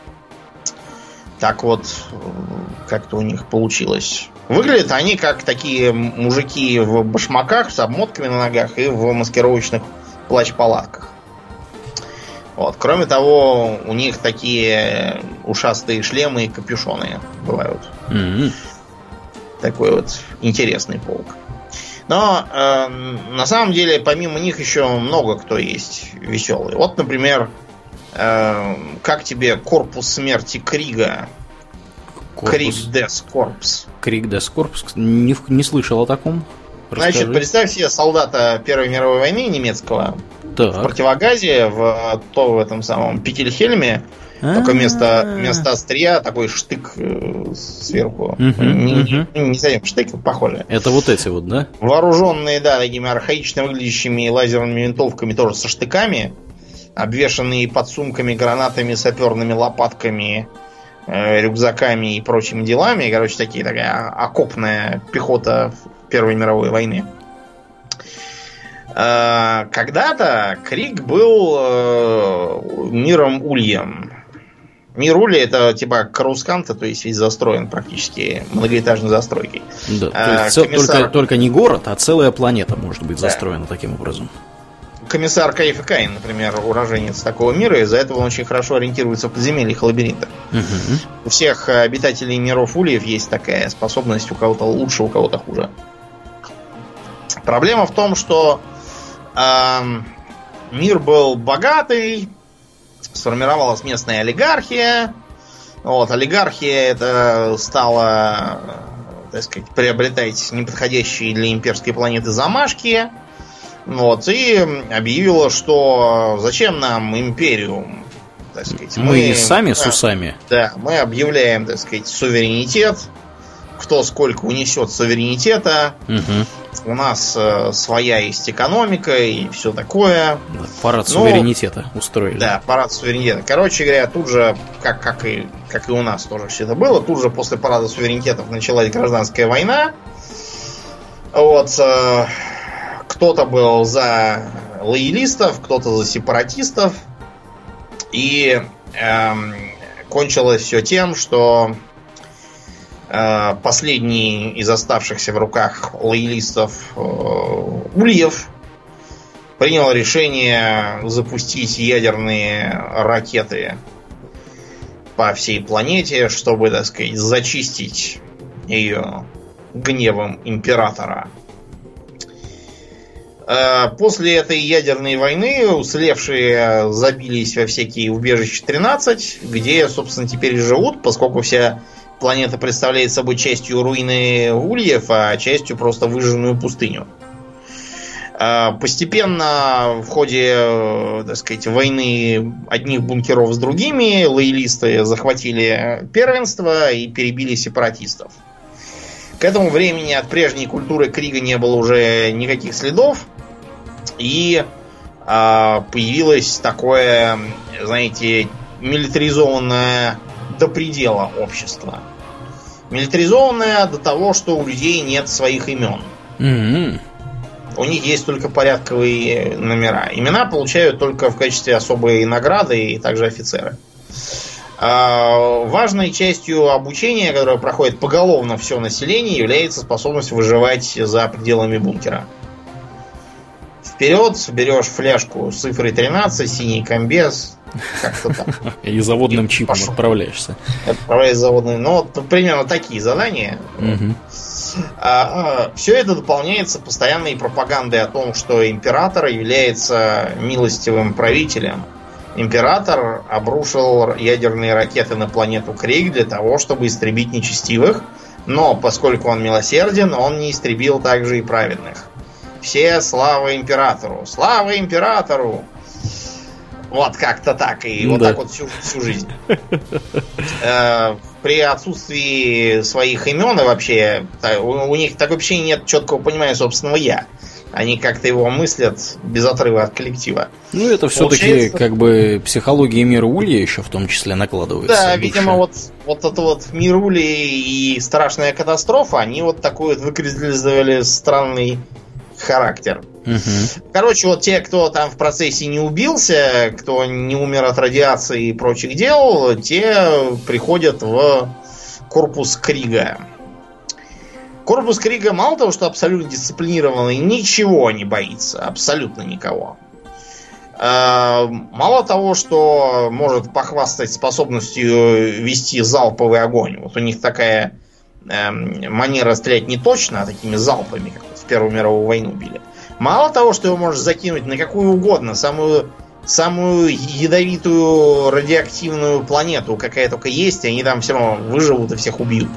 Так вот, как-то у них получилось. Выглядят они как такие мужики в башмаках с обмотками на ногах и в маскировочных плащ-палатках. Вот. Кроме того, у них такие ушастые шлемы и капюшоны бывают. Mm-hmm. Такой вот интересный полк. Но на самом деле, помимо них еще много кто есть веселый. Вот, например, как тебе корпус смерти Крига? Криг Дес Корпс. Криг Дес Корпс? Не слышал о таком. Расскажи. Значит, представь себе солдата Первой мировой войны немецкого в противогазе в этом самом Петельхельме. Только вместо острия такой штык сверху. Не совсем штык, похоже. Это вот эти вот, да? Вооруженные, да, такими архаично выглядящими лазерными винтовками, тоже со штыками, обвешанные подсумками, гранатами, саперными лопатками, рюкзаками и прочими делами. Короче, такая окопная пехота Первой мировой войны. Когда-то Криг был миром ульем. Мир Ули — это типа Карусканта, то есть весь застроен практически многоэтажной застройкой. Да, то есть только не город, а целая планета может быть застроена таким образом. Комиссар Каиф Каин, например, уроженец такого мира, из-за этого он очень хорошо ориентируется в подземельях и лабиринтах. У всех обитателей миров Ульев есть такая способность, у кого-то лучше, у кого-то хуже. Проблема в том, что мир был богатый, сформировалась местная олигархия. Вот, олигархия это стала, так сказать, приобретать неподходящие для имперской планеты замашки. Вот, и объявила, что зачем нам империум? Так сказать, мы сами с усами. Да, мы объявляем, так сказать, суверенитет. Кто сколько унесет суверенитета. У нас своя есть экономика и все такое. Парад суверенитета устроили. Да, парад суверенитета. Короче говоря, тут же, как и у нас тоже все это было, тут же после парада суверенитетов началась гражданская война. Вот. Кто-то был за лоялистов, кто-то за сепаратистов. И кончилось все тем, что последний из оставшихся в руках лоялистов Ульев принял решение запустить ядерные ракеты по всей планете, чтобы, так сказать, зачистить ее гневом императора. После этой ядерной войны уцелевшие забились во всякие убежища 13, где, собственно, теперь и живут, поскольку вся планета представляет собой частью руины ульев, а частью просто выжженную пустыню. Постепенно в ходе, так сказать, войны одних бункеров с другими лоялисты захватили первенство и перебили сепаратистов. К этому времени от прежней культуры Крига не было уже никаких следов. И появилось такое, знаете, милитаризованное до предела общество. Милитаризованное до того, что у людей нет своих имен. Mm-hmm. У них есть только порядковые номера. Имена получают только в качестве особой награды и также офицеры. Важной частью обучения, которое проходит поголовно все население, является способность выживать за пределами бункера. Вперед, берешь фляжку с цифрой 13, синий комбез, как-то так. И заводным чипом отправляешься. Отправляешь заводным. Ну, вот примерно такие задания. Все это дополняется постоянной пропагандой о том, что император является милостивым правителем. Император обрушил ядерные ракеты на планету Криг для того, чтобы истребить нечестивых, но поскольку он милосерден, он не истребил также и праведных. Все слава императору! Слава императору! Вот как-то так. И вот так вот всю жизнь. При отсутствии своих имен и вообще у них так вообще нет четкого понимания собственного «я». Они как-то его мыслят без отрыва от коллектива. Ну, это все-таки как бы психология мира Улья еще в том числе накладывается. Да, видимо, вот это вот мир Улья и страшная катастрофа, они вот такой вот выкристаллизовали странный характер. Угу. Короче, вот те, кто там в процессе не убился, кто не умер от радиации и прочих дел, те приходят в корпус Крига. Корпус Крига мало того, что абсолютно дисциплинированный, ничего не боится. Абсолютно никого. Мало того, что может похвастать способностью вести залповый огонь. Вот у них такая манера стрелять не точно, а такими залпами, как в Первую мировую войну били. Мало того, что его можешь закинуть на какую угодно, самую ядовитую радиоактивную планету, какая только есть, они там все равно выживут и всех убьют.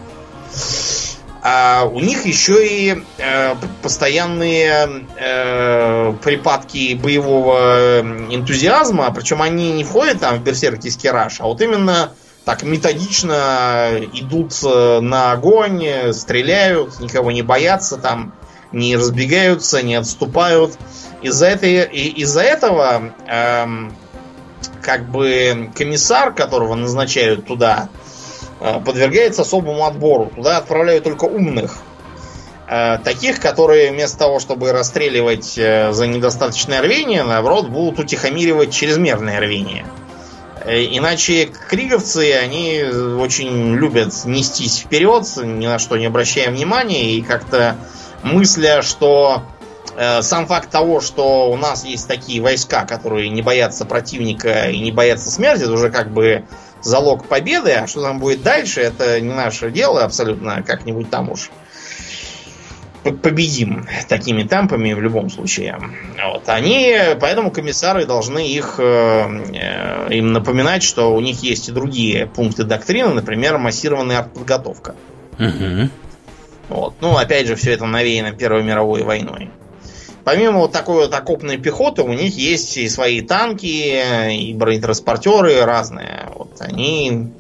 А у них еще и постоянные припадки боевого энтузиазма, причем они не входят там в берсеркерский раж, а вот именно так методично идут на огонь, стреляют, никого не боятся, там не разбегаются, не отступают. Из-за этого как бы комиссар, которого назначают туда, подвергается особому отбору. Туда отправляют только умных. Таких, которые вместо того, чтобы расстреливать за недостаточное рвение, наоборот, будут утихомиривать чрезмерное рвение. Иначе криговцы, они очень любят нестись вперед, ни на что не обращая внимания, и как-то мысля, что сам факт того, что у нас есть такие войска, которые не боятся противника и не боятся смерти, это уже как бы залог победы, а что там будет дальше, это не наше дело абсолютно, как-нибудь там уж победим такими темпами в любом случае. Вот. Поэтому комиссары должны им напоминать, что у них есть и другие пункты доктрины, например, массированная артподготовка. Угу. Вот. Ну, опять же, все это навеяно Первой мировой войной. Помимо вот такой вот окопной пехоты, у них есть и свои танки, и бронетранспортеры разные. Вот они,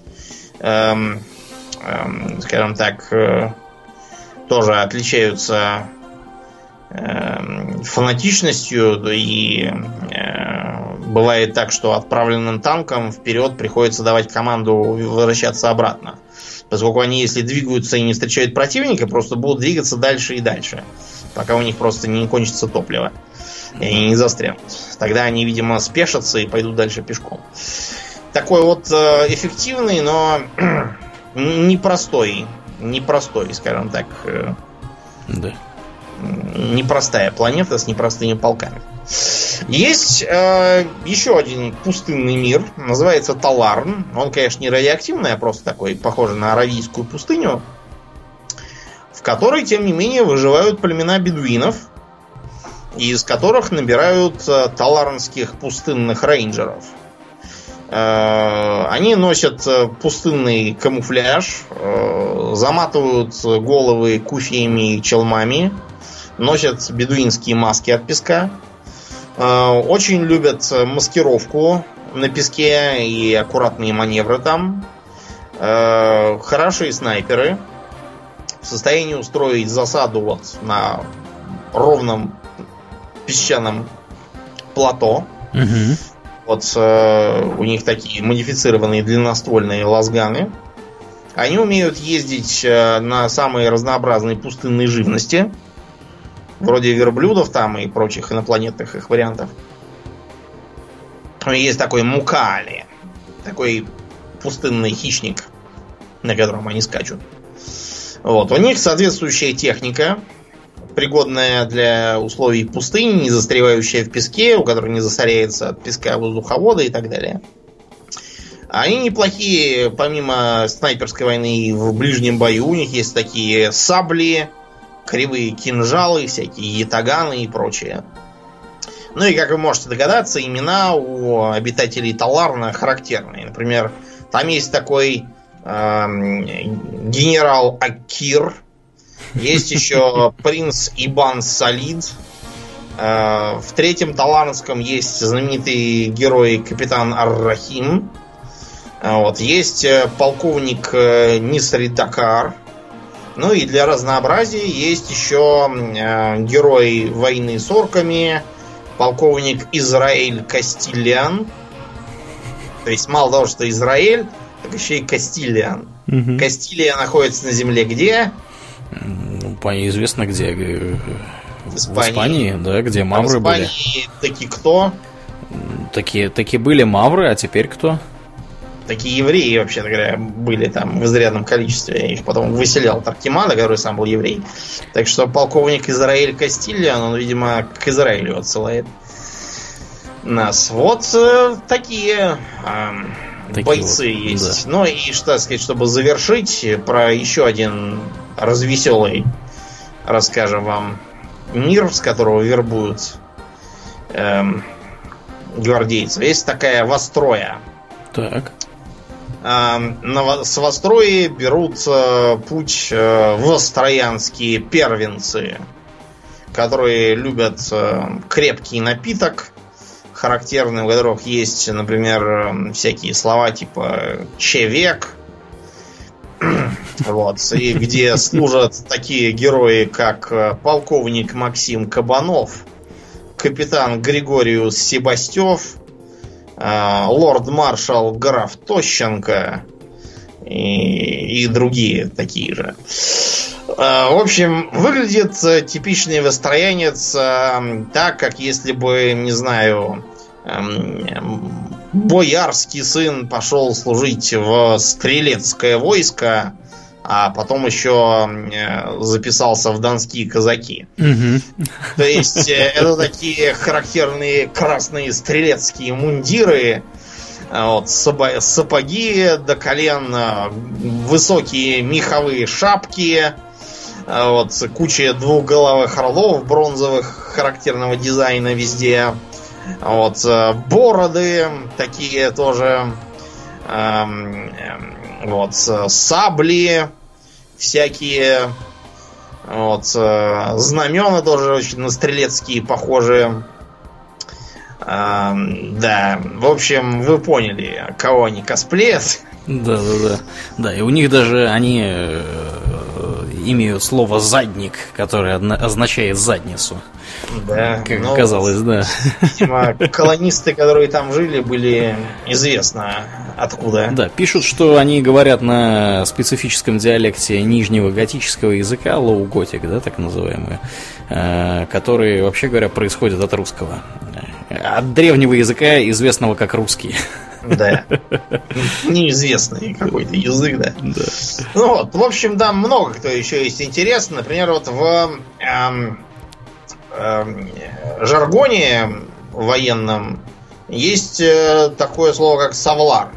скажем так, тоже отличаются фанатичностью, и бывает так, что отправленным танкам вперед приходится давать команду возвращаться обратно. Поскольку они, если двигаются и не встречают противника, просто будут двигаться дальше и дальше, пока у них просто не кончится топливо, и они не застрянут. Тогда они, видимо, спешатся и пойдут дальше пешком. Такой вот эффективный, но непростой, скажем так. Да. Непростая планета с непростыми полками. Есть еще один пустынный мир, называется Таларн. Он, конечно, не радиоактивный, а просто такой, похожий на аравийскую пустыню, в которой, тем не менее, выживают племена бедуинов. из которых набирают таларнских пустынных рейнджеров. Они носят пустынный камуфляж, заматывают головы куфиями и челмами, носят бедуинские маски от песка, очень любят маскировку на песке и аккуратные маневры там, хорошие снайперы, в состоянии устроить засаду вот на ровном песчаном плато. Угу. Вот у них такие модифицированные длинноствольные лазганы. Они умеют ездить на самые разнообразные пустынные живности, вроде верблюдов там и прочих инопланетных их вариантов. Есть такой мукали, такой пустынный хищник, на котором они скачут. Вот. У них соответствующая техника, пригодная для условий пустыни, не застревающая в песке, у которой не засоряется от песка воздуховода и так далее. Они неплохие, помимо снайперской войны, в ближнем бою. У них есть такие сабли, кривые кинжалы, всякие ятаганы и прочее. Ну и, как вы можете догадаться, имена у обитателей Таларна характерные. Например, там есть такой генерал Акир. Есть еще принц Ибан Салид. В третьем таларнском есть знаменитый герой капитан Ар-Рахим. Вот. Есть полковник Нисри Дакар. Ну и для разнообразия есть еще герой войны с орками, полковник Израиль Кастильян. То есть мало того, что Израиль, так еще и Кастильян. Угу. Кастилия находится на земле где? Известно где. В Испании, да, где мавры были. В Испании таки кто? Такие были мавры, а теперь кто? Такие евреи, вообще-то говоря, были там в изрядном количестве. Их потом выселял Таркимана, который сам был еврей. Так что полковник Израиль Кастильян, он, видимо, к Израилю отсылает нас. Вот такие бойцы вот, есть. Да. Ну и, что сказать, чтобы завершить, про еще один развеселый расскажем вам мир, с которого вербуют гвардейцев. Есть такая Востроя. Так. С Вострои берут путь востроянские первенцы, которые любят крепкий напиток, характерный, у которых есть, например, всякие слова типа «чевек», вот, и где служат такие герои, как полковник Максим Кабанов, капитан Григориус Себастьев, лорд-маршал граф Тощенко и другие такие же. В общем, выглядит типичный востроянец так, как если бы, не знаю, боярский сын пошел служить в стрелецкое войско, а потом еще записался в донские казаки. Угу. То есть это такие характерные красные стрелецкие мундиры, вот, сапоги до колен, высокие меховые шапки, вот, куча двухголовых орлов бронзовых характерного дизайна везде, вот, бороды такие тоже, вот, сабли всякие, вот, знамена тоже очень на стрелецкие похожие. Да, в общем, вы поняли, кого они косплеят. Да. Да, и у них даже они имеют слово «задник», которое означает «задницу». Да. Как оказалось, да. Видимо, колонисты, которые там жили, были известно откуда. Да, пишут, что они говорят на специфическом диалекте нижнего готического языка, лоу-готик, да, так называемый, который, вообще говоря, происходит от русского. От древнего языка, известного как русский. Да. Неизвестный какой-то язык, да. Да. Ну вот, в общем, да, много кто еще есть интересно. Например, вот в жаргоне военном есть такое слово, как савлар.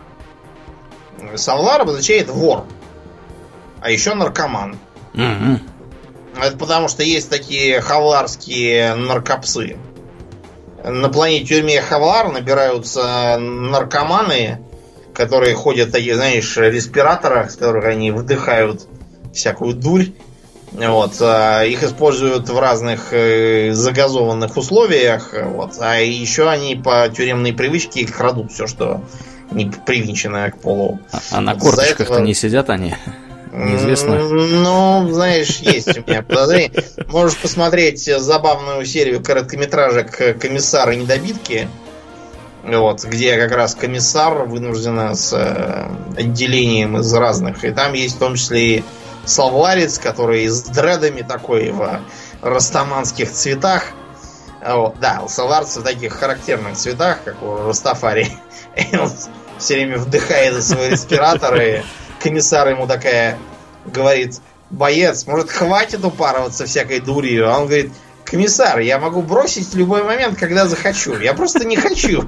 Савлар обозначает вор, а еще наркоман. Угу. Это потому что есть такие хавларские наркопсы. На планете тюрьме Хавлар набираются наркоманы, которые ходят в таких, знаешь, респираторах, с которых они вдыхают всякую дурь. Вот. Их используют в разных загазованных условиях. Вот. А еще они по тюремной привычке крадут все, что не привинчено к полу. А на корточках-то не сидят они? Неизвестно. Ну, знаешь, есть у меня подозрение. Можешь посмотреть забавную серию короткометражек «Комиссар и недобитки». Вот, где как раз комиссар вынуждена с отделением из разных. И там есть в том числе и Салварец, который с дредами такой в растаманских цветах. Вот, да, у Салварца в таких характерных цветах, как у Растафари. И он все время вдыхает из своего респиратора, и комиссар ему такая говорит: боец, может, хватит упарываться всякой дурью? А он говорит: комиссар, я могу бросить в любой момент, когда захочу. Я просто не хочу.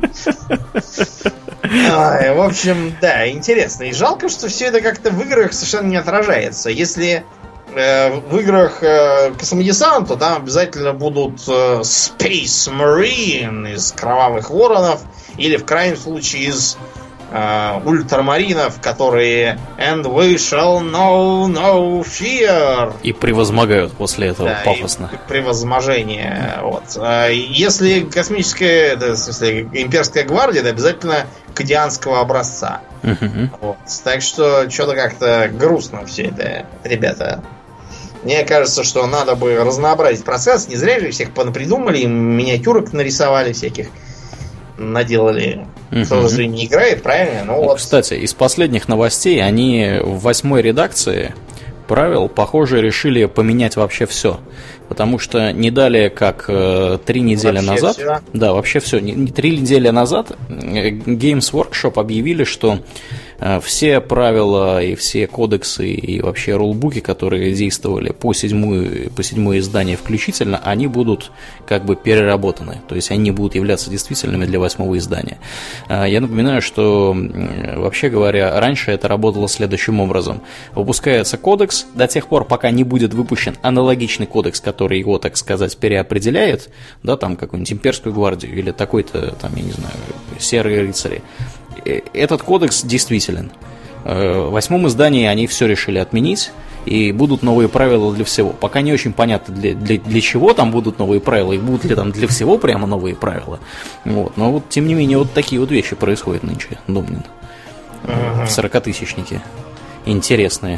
В общем, да, интересно. И жалко, что все это как-то в играх совершенно не отражается. Если в играх космодесант, то там обязательно будут Space Marine из Кровавых Воронов, или в крайнем случае из ультрамаринов, которые And we shall know no fear. И превозмогают после этого, да, пафосно. Превозможение. Вот. Если космическая, в смысле, имперская гвардия, это обязательно кодианского образца. Вот. Так что что-то как-то грустно все это, ребята. Мне кажется, что надо бы разнообразить процесс. Не зря же всех понапридумали, миниатюрок нарисовали всяких, наделали. Кто же не играет, правильно? Ну, вот. Кстати, из последних новостей они в 8-й редакции правил, похоже, решили поменять вообще все. Потому что не далее, как 3 недели вообще назад... Все? Да, вообще все. 3 недели назад Games Workshop объявили, что все правила и все кодексы и вообще рулбуки, которые действовали по седьмое издание включительно, они будут как бы переработаны. То есть они будут являться действительными для 8-го издания. Я напоминаю, что, вообще говоря, раньше это работало следующим образом. Выпускается кодекс до тех пор, пока не будет выпущен аналогичный кодекс, который его, так сказать, переопределяет, да, там какую-нибудь имперскую гвардию или такой-то, там, я не знаю, серые рыцари. Этот кодекс действителен. В 8-м издании они все решили отменить, и будут новые правила для всего. Пока не очень понятно, для чего там будут новые правила, и будут ли там для всего прямо новые правила. Вот. Но вот, тем не менее, вот такие вот вещи происходят нынче, Домнин. В 40-тысячнике. Интересные.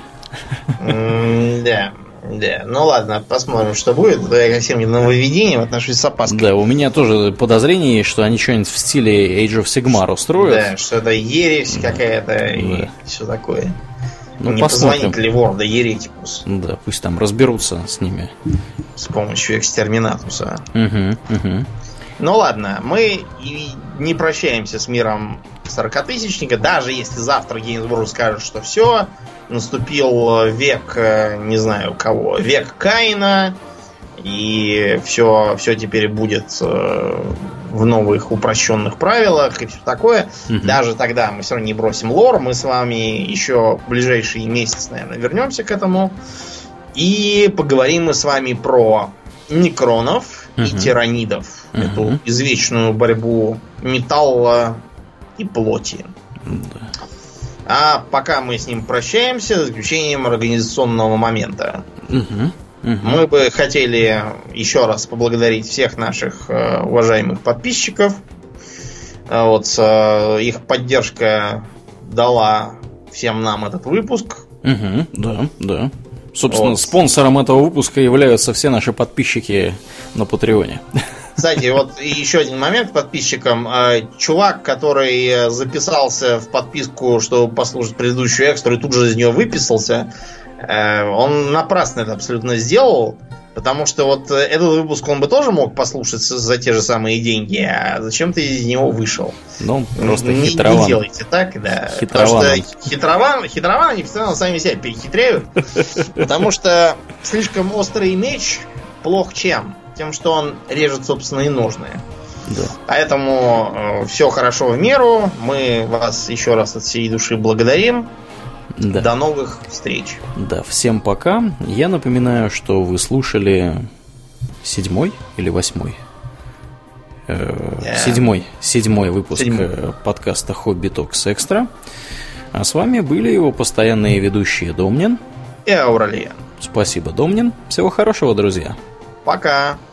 Да. Да, ну ладно, посмотрим, что будет. Я ко всем нововведениям отношусь с опаской. Да, у меня тоже подозрение, что они что-нибудь в стиле Age of Sigmar устроят. Да, что это ересь какая-то и все такое. Ну, не позвонит ли Ворда Еретикус? Да, пусть там разберутся с ними. С помощью Экстерминатуса. Ну ладно, мы и не прощаемся с миром 40-тысячника, даже если завтра Гейнсбург скажет, что все, наступил век, не знаю кого, век Каина, и все теперь будет в новых упрощенных правилах и все такое. Даже тогда мы все равно не бросим лор, мы с вами еще в ближайший месяц, наверное, вернемся к этому, и поговорим мы с вами про некронов и тиранидов. Эту извечную борьбу металла и плоти. А пока мы с ним прощаемся, за исключением организационного момента. Мы бы хотели еще раз поблагодарить всех наших уважаемых подписчиков. Вот, их поддержка дала всем нам этот выпуск. Да. Собственно, вот. Спонсором этого выпуска являются все наши подписчики на Патреоне. Кстати, вот еще один момент к подписчикам. Чувак, который записался в подписку, чтобы послушать предыдущую экстру, и тут же из нее выписался, он напрасно это абсолютно сделал, потому что вот этот выпуск он бы тоже мог послушать за те же самые деньги, а зачем ты из него вышел? Ну, просто хитрован. Не делайте так, да. Потому что хитрован они постоянно сами себя перехитряют, потому что слишком острый меч плох чем? Тем, что он режет собственные ножны. Да. Поэтому все хорошо в меру. Мы вас еще раз от всей души благодарим. Да. До новых встреч. Да, всем пока. Я напоминаю, что вы слушали 7-й или 8-й? 7-й выпуск подкаста Hobby Talks Extra. А с вами были его постоянные ведущие Домнин и Ауралиен. Спасибо, Домнин. Всего хорошего, друзья. Пока.